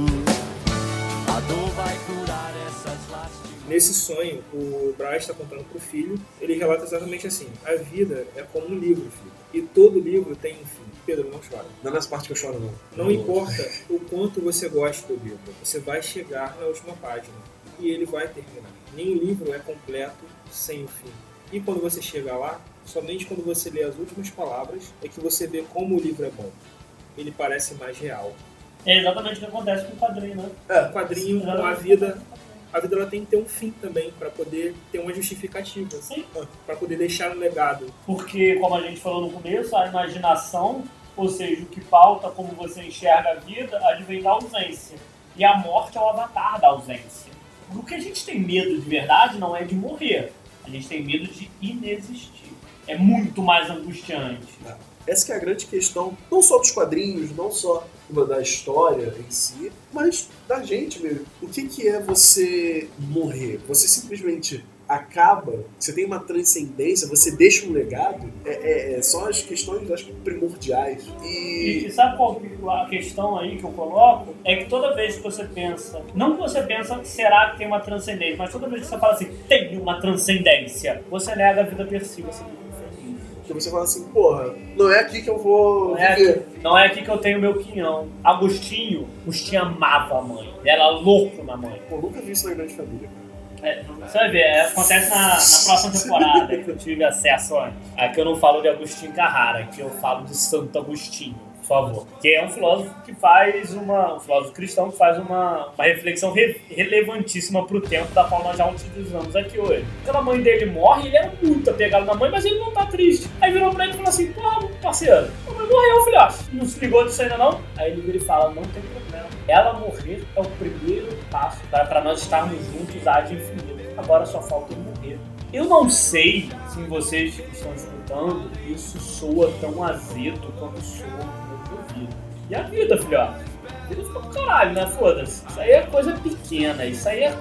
A dor vai curar essas lástimas. Nesse sonho, o Braz está contando pro filho, ele relata exatamente assim: a vida é como um livro, filho, e todo livro tem um fim. Pedro, não chora. Não é nessa parte que eu choro, não. Não importa o quanto você goste do livro, você vai chegar na última página e ele vai terminar. Nenhum livro é completo sem o fim. E quando você chega lá, somente quando você lê as últimas palavras é que você vê como o livro é bom. Ele parece mais real. É exatamente o que acontece com o quadrinho, né? O quadrinho, com a vida ela tem que ter um fim também, para poder ter uma justificativa. Sim. Para poder deixar um legado. Porque, como a gente falou no começo, a imaginação, ou seja, o que pauta como você enxerga a vida, advém da ausência. E a morte é o avatar da ausência. O que a gente tem medo de verdade não é de morrer. A gente tem medo de inexistir. É muito mais angustiante. Essa que é a grande questão, não só dos quadrinhos, não só da história em si, mas da gente mesmo. O que é você morrer? Você simplesmente acaba, você tem uma transcendência, você deixa um legado, são as questões, acho que, primordiais. E sabe qual a questão aí que eu coloco? É que toda vez que você pensa, não que você pensa, será que tem uma transcendência, mas toda vez que você fala assim, tem uma transcendência, você nega a vida per si, você fica infeliz. Porque você fala assim, porra, não é aqui que eu vou viver. Não é aqui que eu tenho meu quinhão. Agostinho amava a mãe, ele era louco na mãe. Eu nunca vi isso na Grande Família. Você vai ver, acontece na próxima temporada que eu tive acesso antes. Aqui eu não falo de Agostinho Carrara, aqui eu falo de Santo Agostinho, por favor. Que é um filósofo que faz um filósofo cristão que faz uma reflexão relevantíssima pro tempo da qual nós já utilizamos aqui hoje. Quando a mãe dele morre, ele era muito apegado na mãe, mas ele não tá triste. Aí virou pra ele e falou assim, pô, parceiro, a mãe morreu, filhote. Não se ligou disso ainda não? Aí ele vira e fala, não tem problema. Ela morrer é o primeiro passo para nós estarmos juntos ad infinito. Agora só falta ele morrer. Eu não sei se vocês que estão escutando isso soa tão azedo quanto soa no meu ouvido. E a vida, filhote? A vida fica do caralho, né? Foda-se. Isso aí é coisa pequena, isso é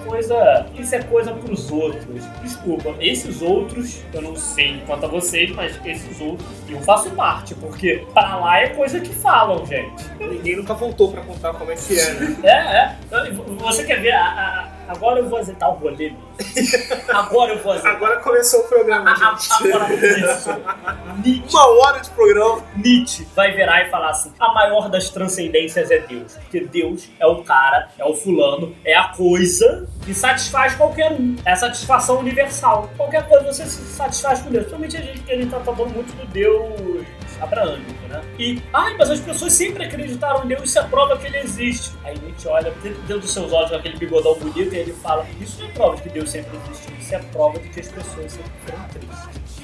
coisa pros outros. Desculpa, esses outros, eu não sei quanto a vocês, mas esses outros eu faço parte, porque pra lá é coisa que falam, gente. Ninguém nunca voltou pra contar como é que é, né? Você quer ver a agora eu vou azetar o rolê mesmo. Agora eu vou azetar. Agora começou o programa, gente. Agora começou. Nietzsche. 1 hora de programa. Nietzsche vai virar e falar assim: a maior das transcendências é Deus. Porque Deus é o cara, é o fulano, é a coisa que satisfaz qualquer um. É a satisfação universal. Qualquer coisa você se satisfaz com Deus. Principalmente a gente, que a gente tá falando muito do Deus abraâmico, né? E, mas as pessoas sempre acreditaram em Deus, isso é prova que ele existe. Aí Nietzsche olha dentro dos seus olhos com aquele bigodão bonito e ele fala: isso não é prova de que Deus sempre existiu, isso é prova de que as pessoas sempre foram tristes.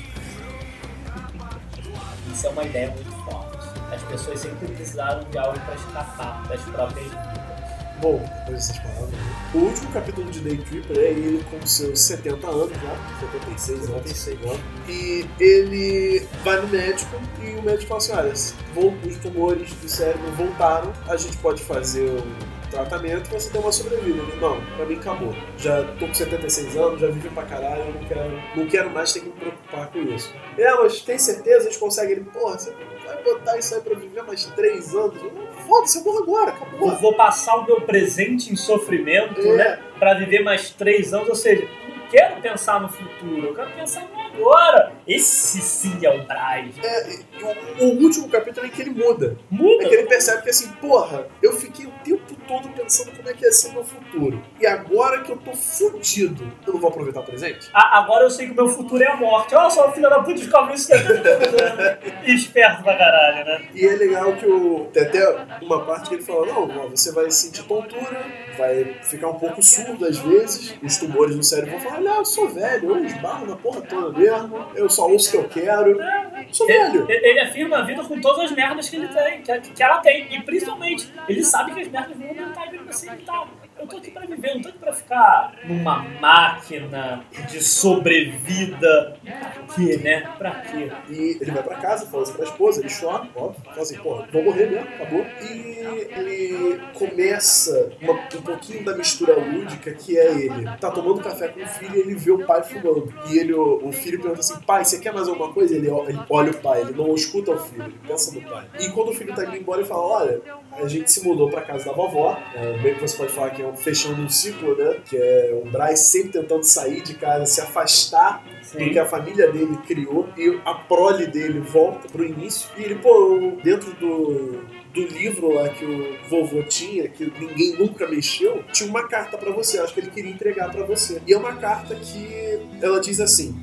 Isso é uma ideia muito forte. As pessoas sempre precisaram de algo para escapar das próprias vidas. Bom, depois dessas palavras, o último capítulo de Day Tripper é ele com seus 70 anos já, 76 anos, e ele vai no médico e o médico fala assim: olha, os tumores do cérebro voltaram, a gente pode fazer um tratamento e você tem uma sobrevida. Ele: não, pra mim acabou. Já tô com 76 anos, já vivi pra caralho, eu não quero mais ter que me preocupar com isso. Mas tem certeza? A gente consegue? Ele: porra, você vai botar isso aí pra viver mais 3 anos? Foda-se, eu morro agora, acabou. Eu vou passar o meu presente em sofrimento, né? Pra viver mais 3 anos, ou seja, não quero pensar no futuro, eu quero pensar no agora. Esse sim é o Braz. O último capítulo é que ele muda. É que ele percebe que assim, porra, eu fiquei o tempo todo pensando como é que ia ser o meu futuro. E agora que eu tô fudido, eu não vou aproveitar o presente? Agora eu sei que o meu futuro é a morte. Olha só, o filho da puta descobre isso que esperto pra caralho, né? E é legal que tem até uma parte que ele fala: não, você vai sentir tontura, vai ficar um pouco surdo às vezes, os tumores no cérebro vão falar: eu sou velho, eu esbarro na porra toda mesmo, eu só ouço o que eu quero, sou velho. Ele afirma a vida com todas as merdas que ele tem, que ela tem, e principalmente, ele sabe que as merdas vão aumentar, e ele assim, eu tô aqui pra viver, não tô aqui pra ficar numa máquina de sobrevida. Pra quê, né? Pra quê? E ele vai pra casa, fala isso pra esposa, ele chora, óbvio, fala assim: pô, vou morrer mesmo, acabou. E ele começa um pouquinho da mistura lúdica, que é ele tá tomando café com o filho e ele vê o pai fumando. E o filho pergunta assim: pai, você quer mais alguma coisa? Ele olha o pai, ele não escuta o filho, ele pensa no pai. E quando o filho tá indo embora, ele fala: olha, a gente se mudou pra casa da vovó, bem que você pode falar que é fechando um ciclo, né? Que é o Braz sempre tentando sair de casa, se afastar do que a família dele criou, e a prole dele volta pro início. E ele, dentro do livro lá que o vovô tinha, que ninguém nunca mexeu, tinha uma carta pra você, acho que ele queria entregar pra você. E é uma carta que ela diz assim: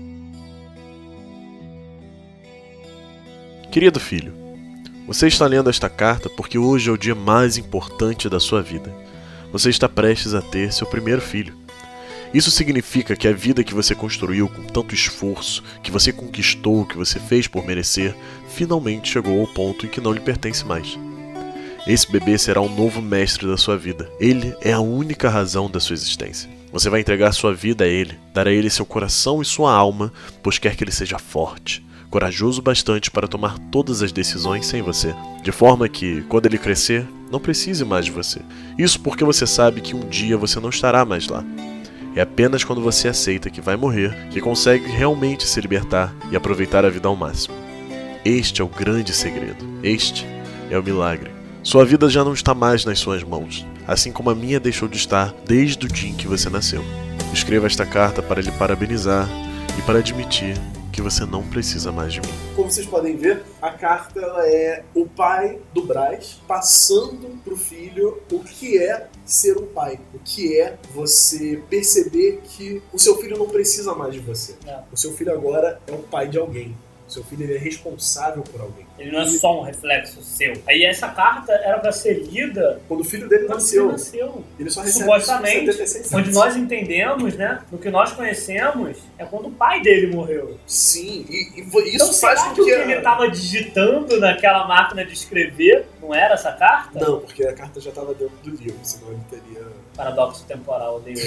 querido filho, você está lendo esta carta porque hoje é o dia mais importante da sua vida. Você está prestes a ter seu primeiro filho. Isso significa que a vida que você construiu com tanto esforço, que você conquistou, que você fez por merecer, finalmente chegou ao ponto em que não lhe pertence mais. Esse bebê será um novo mestre da sua vida. Ele é a única razão da sua existência. Você vai entregar sua vida a ele, dar a ele seu coração e sua alma, pois quer que ele seja forte, corajoso bastante para tomar todas as decisões sem você, de forma que, quando ele crescer, não precise mais de você. Isso porque você sabe que um dia você não estará mais lá. É apenas quando você aceita que vai morrer que consegue realmente se libertar e aproveitar a vida ao máximo. Este é o grande segredo. Este é o milagre. Sua vida já não está mais nas suas mãos, assim como a minha deixou de estar desde o dia em que você nasceu. Escreva esta carta para lhe parabenizar e para admitir que você não precisa mais de mim. Como vocês podem ver, a carta ela é o pai do Braz passando pro filho o que é ser um pai, o que é você perceber que o seu filho não precisa mais de você. O seu filho agora é o pai de alguém. O seu filho ele é responsável por alguém. Ele não é só um reflexo seu. Aí essa carta era pra ser lida quando o filho dele nasceu. Ele só recebe supostamente, onde nós entendemos, né? No que nós conhecemos, é quando o pai dele morreu. Sim, e isso então, faz com que ele estava digitando naquela máquina de escrever não era essa carta? Não, porque a carta já estava dentro do livro, senão ele teria... Paradoxo temporal dele.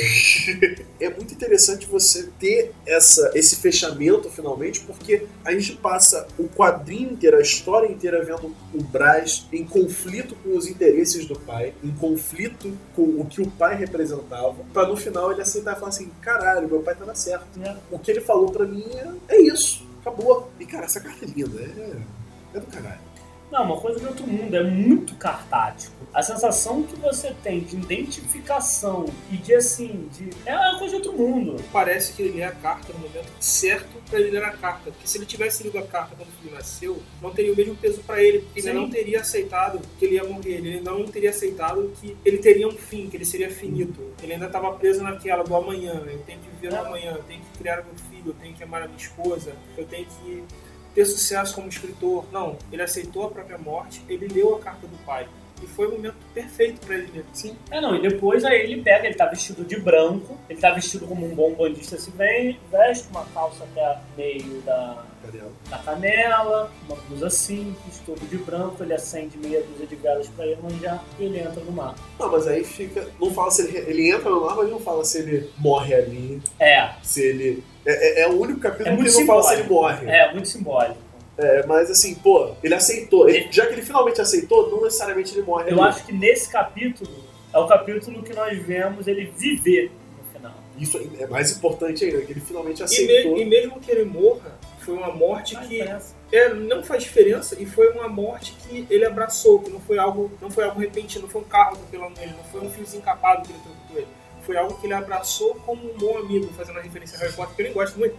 É muito interessante você ter esse fechamento finalmente, porque a gente passa o quadrinho inteiro, a história inteira vendo o Braz em conflito com os interesses do pai, em conflito com o que o pai representava, pra no final ele aceitar e falar assim: caralho, meu pai tava certo. O que ele falou pra mim é isso, acabou. E cara, essa carta é linda, é do caralho. Não, uma coisa de outro mundo, é muito cartático. A sensação que você tem de identificação e de assim, é uma coisa de outro mundo. Parece que ele lê a carta no momento certo pra ele ler a carta. Porque se ele tivesse lido a carta quando o filho nasceu, não teria o mesmo peso pra ele. Porque ele não teria aceitado que ele ia morrer. Ele ainda não teria aceitado que ele teria um fim, que ele seria finito. Ele ainda estava preso naquela do amanhã. Eu tenho que viver no amanhã, eu tenho que criar o meu filho, eu tenho que amar a minha esposa, eu tenho que ter sucesso como escritor. Não, ele aceitou a própria morte, ele leu a carta do pai. E foi o momento perfeito pra ele ler. Sim. E depois aí ele pega, ele tá vestido de branco, ele tá vestido como um bom bandista se veste, uma calça até meio da canela, uma blusa simples, todo de branco, ele acende meia dúzia de velas pra ele manjar e ele entra no mar. Não, mas aí fica. Não fala se ele entra no mar, mas não fala se ele morre ali. Se ele. É o único capítulo que não fala se ele morre. É, muito simbólico. Mas assim, ele aceitou. Já que ele finalmente aceitou, não necessariamente ele morre. Eu acho que nesse capítulo é o capítulo que nós vemos ele viver no final. Isso é mais importante ainda, que ele finalmente aceitou. E mesmo que ele morra, foi uma morte que não faz diferença, e foi uma morte que ele abraçou, que não foi algo repentino, não foi um carro atropelando ele, não foi um fiozinho capado que ele trocou ele. Foi algo que ele abraçou como um bom amigo, fazendo a referência a Harry Potter, que eu nem gosto muito.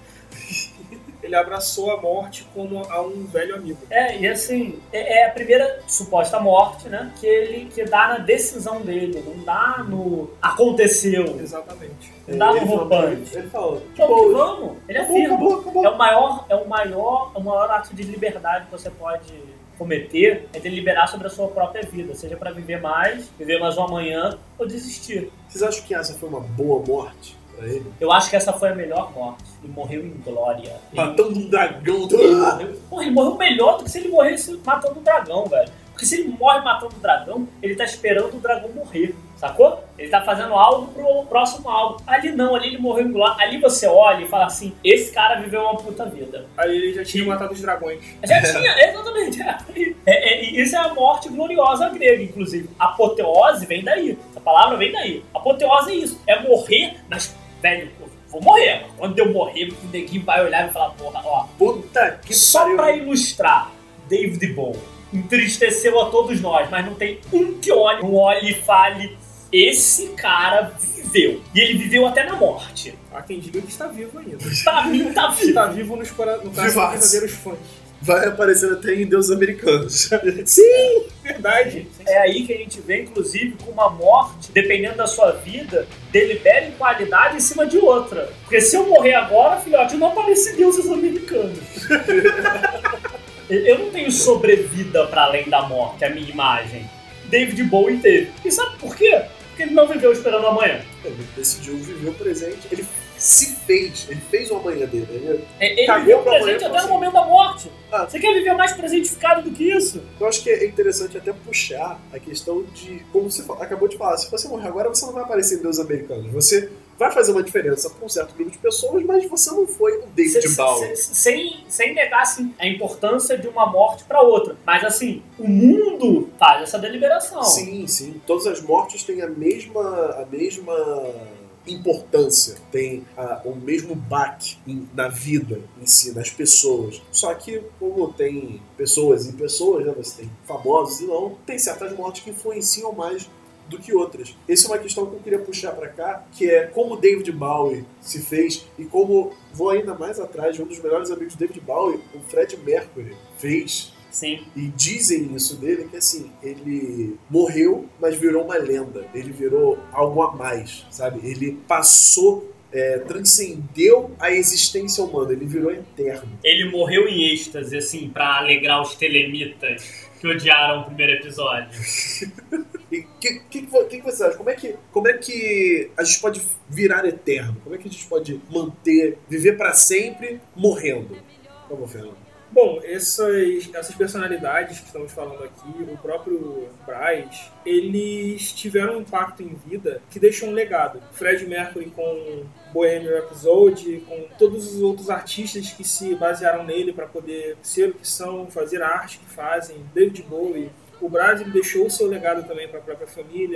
Ele abraçou a morte como a um velho amigo. E assim, é a primeira suposta morte, né? Que dá na decisão dele, não dá no aconteceu. Exatamente. Não dá no roupante. Ele falou, vamos. Ele afirma. Acabou. É o maior ato de liberdade que você pode cometer, é deliberar sobre a sua própria vida, seja pra viver mais um amanhã, ou desistir. Vocês acham que essa foi uma boa morte pra ele? Eu acho que essa foi a melhor morte. Ele morreu em glória. Matando um dragão. Ele morreu melhor do que se ele morresse matando um dragão, velho. Porque se ele morre matando um dragão, ele tá esperando o dragão morrer, sacou? Ele tá fazendo algo pro próximo algo. Ali não, ali ele morreu em glória. Ali você olha e fala assim, esse cara viveu uma puta vida. Ali ele já tinha matado os dragões. Já tinha, exatamente. Isso é a morte gloriosa grega, inclusive. Apoteose vem daí. Essa palavra vem daí. Apoteose é isso. É morrer, mas, velho, vou morrer. Quando eu morrer, o neguinho vai olhar e falar, porra, ó. Puta que só pariu. Pra ilustrar, David Bowie entristeceu a todos nós, mas não tem um que não olhe e fale, esse cara viveu. E ele viveu até na morte. Há quem diga que está vivo ainda. Pra mim tá vivo. Está vivo no caso dos verdadeiros fãs. Vai aparecendo até em Deuses Americanos. Sim, verdade. É aí que a gente vê, inclusive, com uma morte, dependendo da sua vida, delibera em qualidade em cima de outra. Porque se eu morrer agora, filhote, eu não apareci Deuses Americanos. Eu não tenho sobrevida pra além da morte, a minha imagem. David Bowie teve. E sabe por quê? Porque ele não viveu esperando amanhã. Ele decidiu viver o presente. Ele fez o amanhã dele. Ele viveu o presente até no momento da morte. Você quer viver mais presentificado do que isso? Eu acho que é interessante até puxar a questão de, como você acabou de falar, se você morrer agora, você não vai aparecer em Deuses Americanos. Você vai fazer uma diferença para um certo grupo de pessoas, mas você não foi o David Bowie. Sem negar assim, a importância de uma morte para outra. Mas assim, o mundo faz essa deliberação. Sim. Todas as mortes têm a mesma importância, tem o mesmo baque na vida em si, nas pessoas. Só que, como tem pessoas e pessoas, né, você tem famosos e não, tem certas mortes que influenciam mais do que outras. Essa é uma questão que eu queria puxar pra cá, que é como David Bowie se fez e como, vou ainda mais atrás, um dos melhores amigos de David Bowie, o Fred Mercury, fez. Sim. E dizem isso dele, que assim, ele morreu, mas virou uma lenda. Ele virou algo a mais, sabe? Ele passou, transcendeu a existência humana, ele virou eterno. Ele morreu em êxtase, assim, pra alegrar os telemitas que odiaram o primeiro episódio. E o que você acha? Como é que a gente pode virar eterno? Como é que a gente pode viver pra sempre morrendo? Como, Fernando? Bom, essas personalidades que estamos falando aqui, o próprio Bryce, eles tiveram um impacto em vida que deixou um legado. Fred Mercury com Bohemian Rhapsody, com todos os outros artistas que se basearam nele para poder ser o que são, fazer a arte que fazem. David Bowie. O Bryce deixou o seu legado também para a própria família.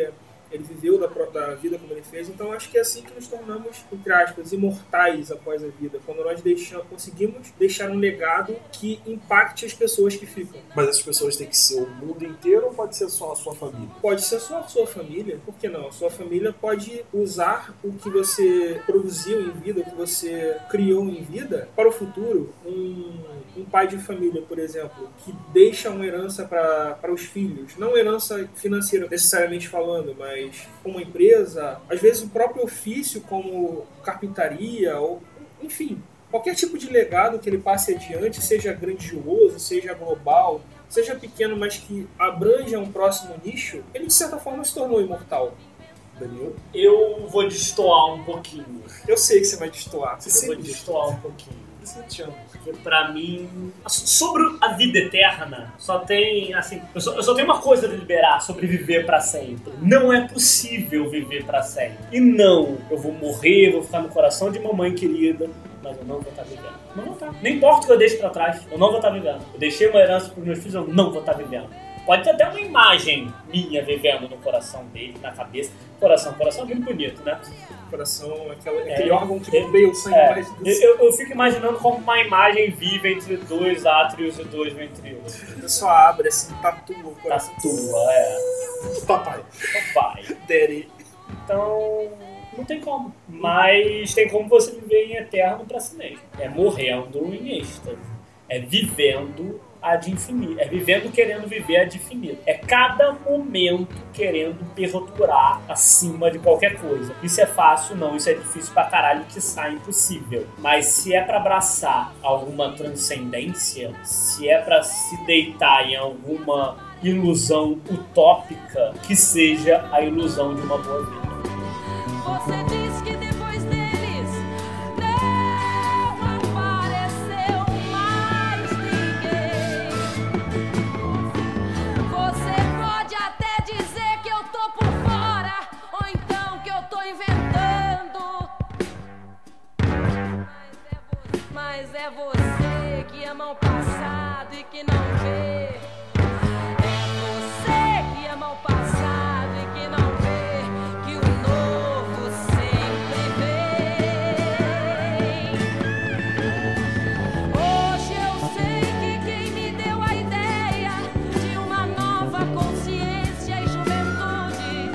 ele viveu da vida como ele fez. Então acho que é assim que nos tornamos, entre aspas, imortais após a vida, quando nós conseguimos deixar um legado que impacte as pessoas que ficam. Mas essas pessoas têm que ser o mundo inteiro ou pode ser só a sua família? Pode ser só a sua família, por que não? A sua família pode usar o que você produziu em vida, o que você criou em vida, para o futuro. Um pai de família, por exemplo, que deixa uma herança para os filhos, não herança financeira necessariamente falando, mas uma empresa, às vezes o próprio ofício como carpintaria, ou enfim, qualquer tipo de legado que ele passe adiante, seja grandioso, seja global, seja pequeno, mas que abranja um próximo nicho, ele de certa forma se tornou imortal. Daniel? Eu vou destoar um pouquinho. Eu sei que você vai destoar. Eu vou destoar um pouquinho. Porque pra mim, sobre a vida eterna, só tem, assim, eu só tenho uma coisa a deliberar sobre viver pra sempre. Não é possível viver pra sempre. E não, eu vou morrer, vou ficar no coração de mamãe querida, mas eu não vou estar vivendo. Não vou estar. Nem importa o que eu deixe pra trás, eu não vou estar vivendo. Eu deixei uma herança pros meus filhos, eu não vou estar vivendo. Pode ter até uma imagem minha vivendo no coração dele, na cabeça. Coração é muito bonito, né? Coração, aquele órgão que bombeia o sangue mais do eu fico imaginando como uma imagem vive entre 2 átrios e 2 ventrículos. Você só abre assim, tatua o coração. Papai. Daddy. Então, não tem como. Mas tem como você viver em eterno pra si mesmo. É morrendo em êxtase. É vivendo ad infinito. É vivendo querendo viver ad infinito. É cada momento querendo perdurar acima de qualquer coisa. Isso é fácil? Não. Isso é difícil pra caralho, que sai impossível. Mas se é pra abraçar alguma transcendência, se é pra se deitar em alguma ilusão utópica, que seja a ilusão de uma boa vida. Você diz que depois deles não apareceu mais ninguém. Você pode até dizer que eu tô por fora, ou então que eu tô inventando. Mas é você que ama o passado e que não vê. É você que ama o passado e que não vê que o novo sempre vem. Hoje eu sei que quem me deu a ideia de uma nova consciência e juventude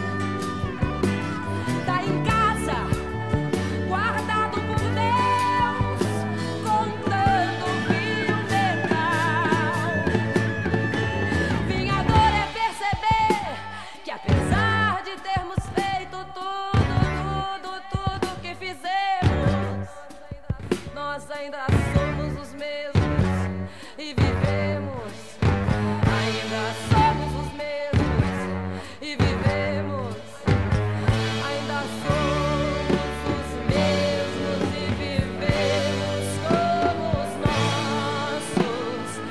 tá em casa, guardado por Deus, contando o fio dental. Vingador é perceber que apesar de termos feito tudo que fizemos, nós ainda somos os mesmos e vivemos. Ainda somos os mesmos e vivemos. Ainda somos os mesmos e vivemos como os nossos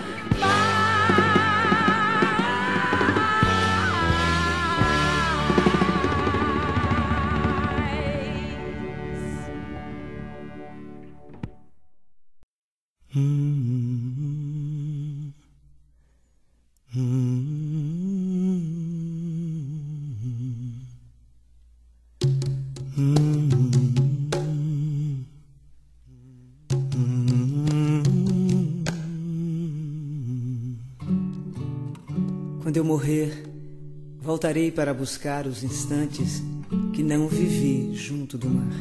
Quando eu morrer, voltarei para buscar os instantes que não vivi junto do mar.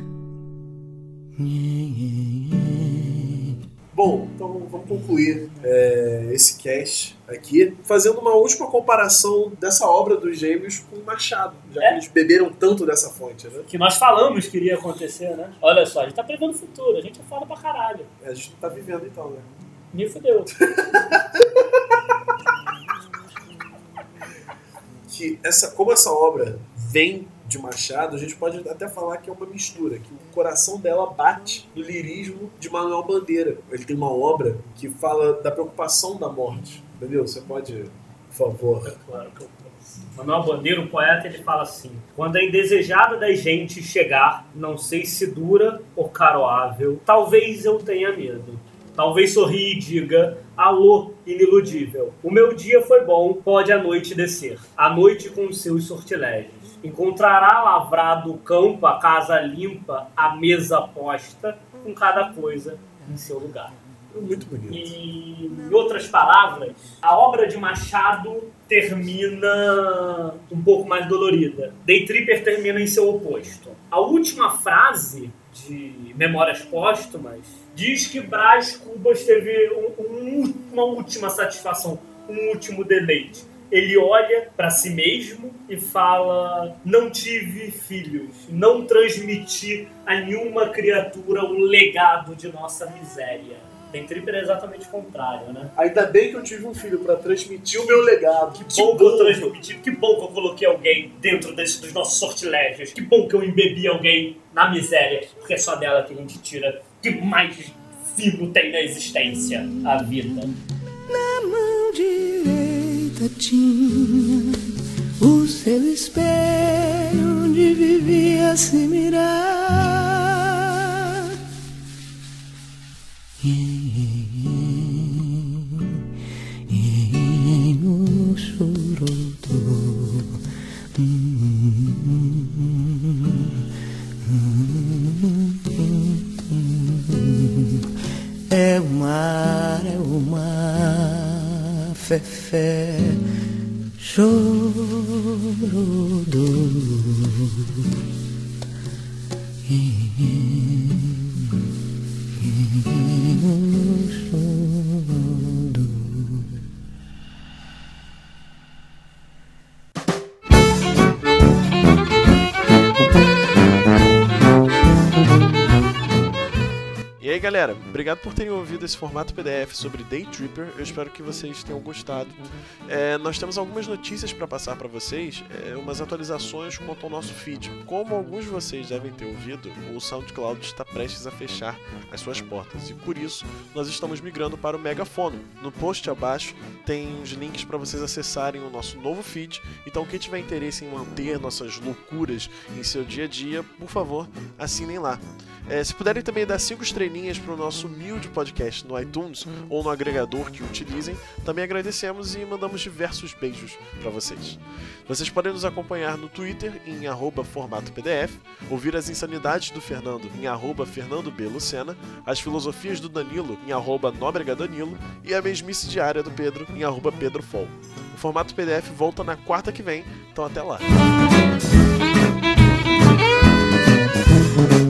Bom, então vamos concluir esse cast aqui, fazendo uma última comparação dessa obra dos Gêmeos com o Machado, já que eles beberam tanto dessa fonte, né? Que nós falamos que iria acontecer, né? Olha só, a gente tá prevendo o futuro, a gente é foda pra caralho. A gente não tá vivendo então, né? Me fudeu. Que como essa obra vem de Machado, a gente pode até falar que é uma mistura, que o coração dela bate no lirismo de Manuel Bandeira. Ele tem uma obra que fala da preocupação da morte. Entendeu? Você pode, por favor. Claro que eu posso. Manuel Bandeira, um poeta, ele fala assim: quando a indesejada das gentes chegar, não sei se dura ou caroável, talvez eu tenha medo. Talvez sorri e diga: alô, iniludível. O meu dia foi bom, pode a noite descer. A noite com seus sortilégios. Encontrará lavrado o campo, a casa limpa, a mesa posta, com cada coisa em seu lugar. Muito bonito. E, em outras palavras, a obra de Machado termina um pouco mais dolorida. Day Tripper termina em seu oposto. A última frase de Memórias Póstumas diz que Brás Cubas teve uma última satisfação, um último deleite. Ele olha para si mesmo e fala: não tive filhos, não transmiti a nenhuma criatura o legado de nossa miséria. Day Tripper é exatamente o contrário, né? Ainda bem que eu tive um filho para transmitir o meu legado. Que bom que eu transmiti, que bom que eu coloquei alguém dentro dos nossos sortilégios, que bom que eu embebi alguém na miséria, porque é só dela que a gente tira o que mais fino tem na existência, a vida. Na mão direita tinha o seu espelho onde vivia se mirar. No chorodo é o mar, fefé chorodo. E aí galera, obrigado por terem ouvido esse formato PDF sobre Day Tripper, eu espero que vocês tenham gostado. Nós temos algumas notícias para passar para vocês, umas atualizações quanto ao nosso feed. Como alguns de vocês devem ter ouvido, o SoundCloud está prestes a fechar as suas portas e por isso nós estamos migrando para o Megafono. No post abaixo tem os links para vocês acessarem o nosso novo feed, então quem tiver interesse em manter nossas loucuras em seu dia a dia, por favor, assinem lá. Se puderem também dar 5 estrelinhas para o nosso humilde podcast no iTunes ou no agregador que utilizem, também agradecemos e mandamos diversos beijos para vocês. Vocês podem nos acompanhar no Twitter em @formatopdf, ouvir as insanidades do Fernando em @FernandoBLucena, as filosofias do Danilo em @NóbregaDanilo e a mesmice diária do Pedro em @PedroFol. O formato PDF volta na quarta que vem, então até lá.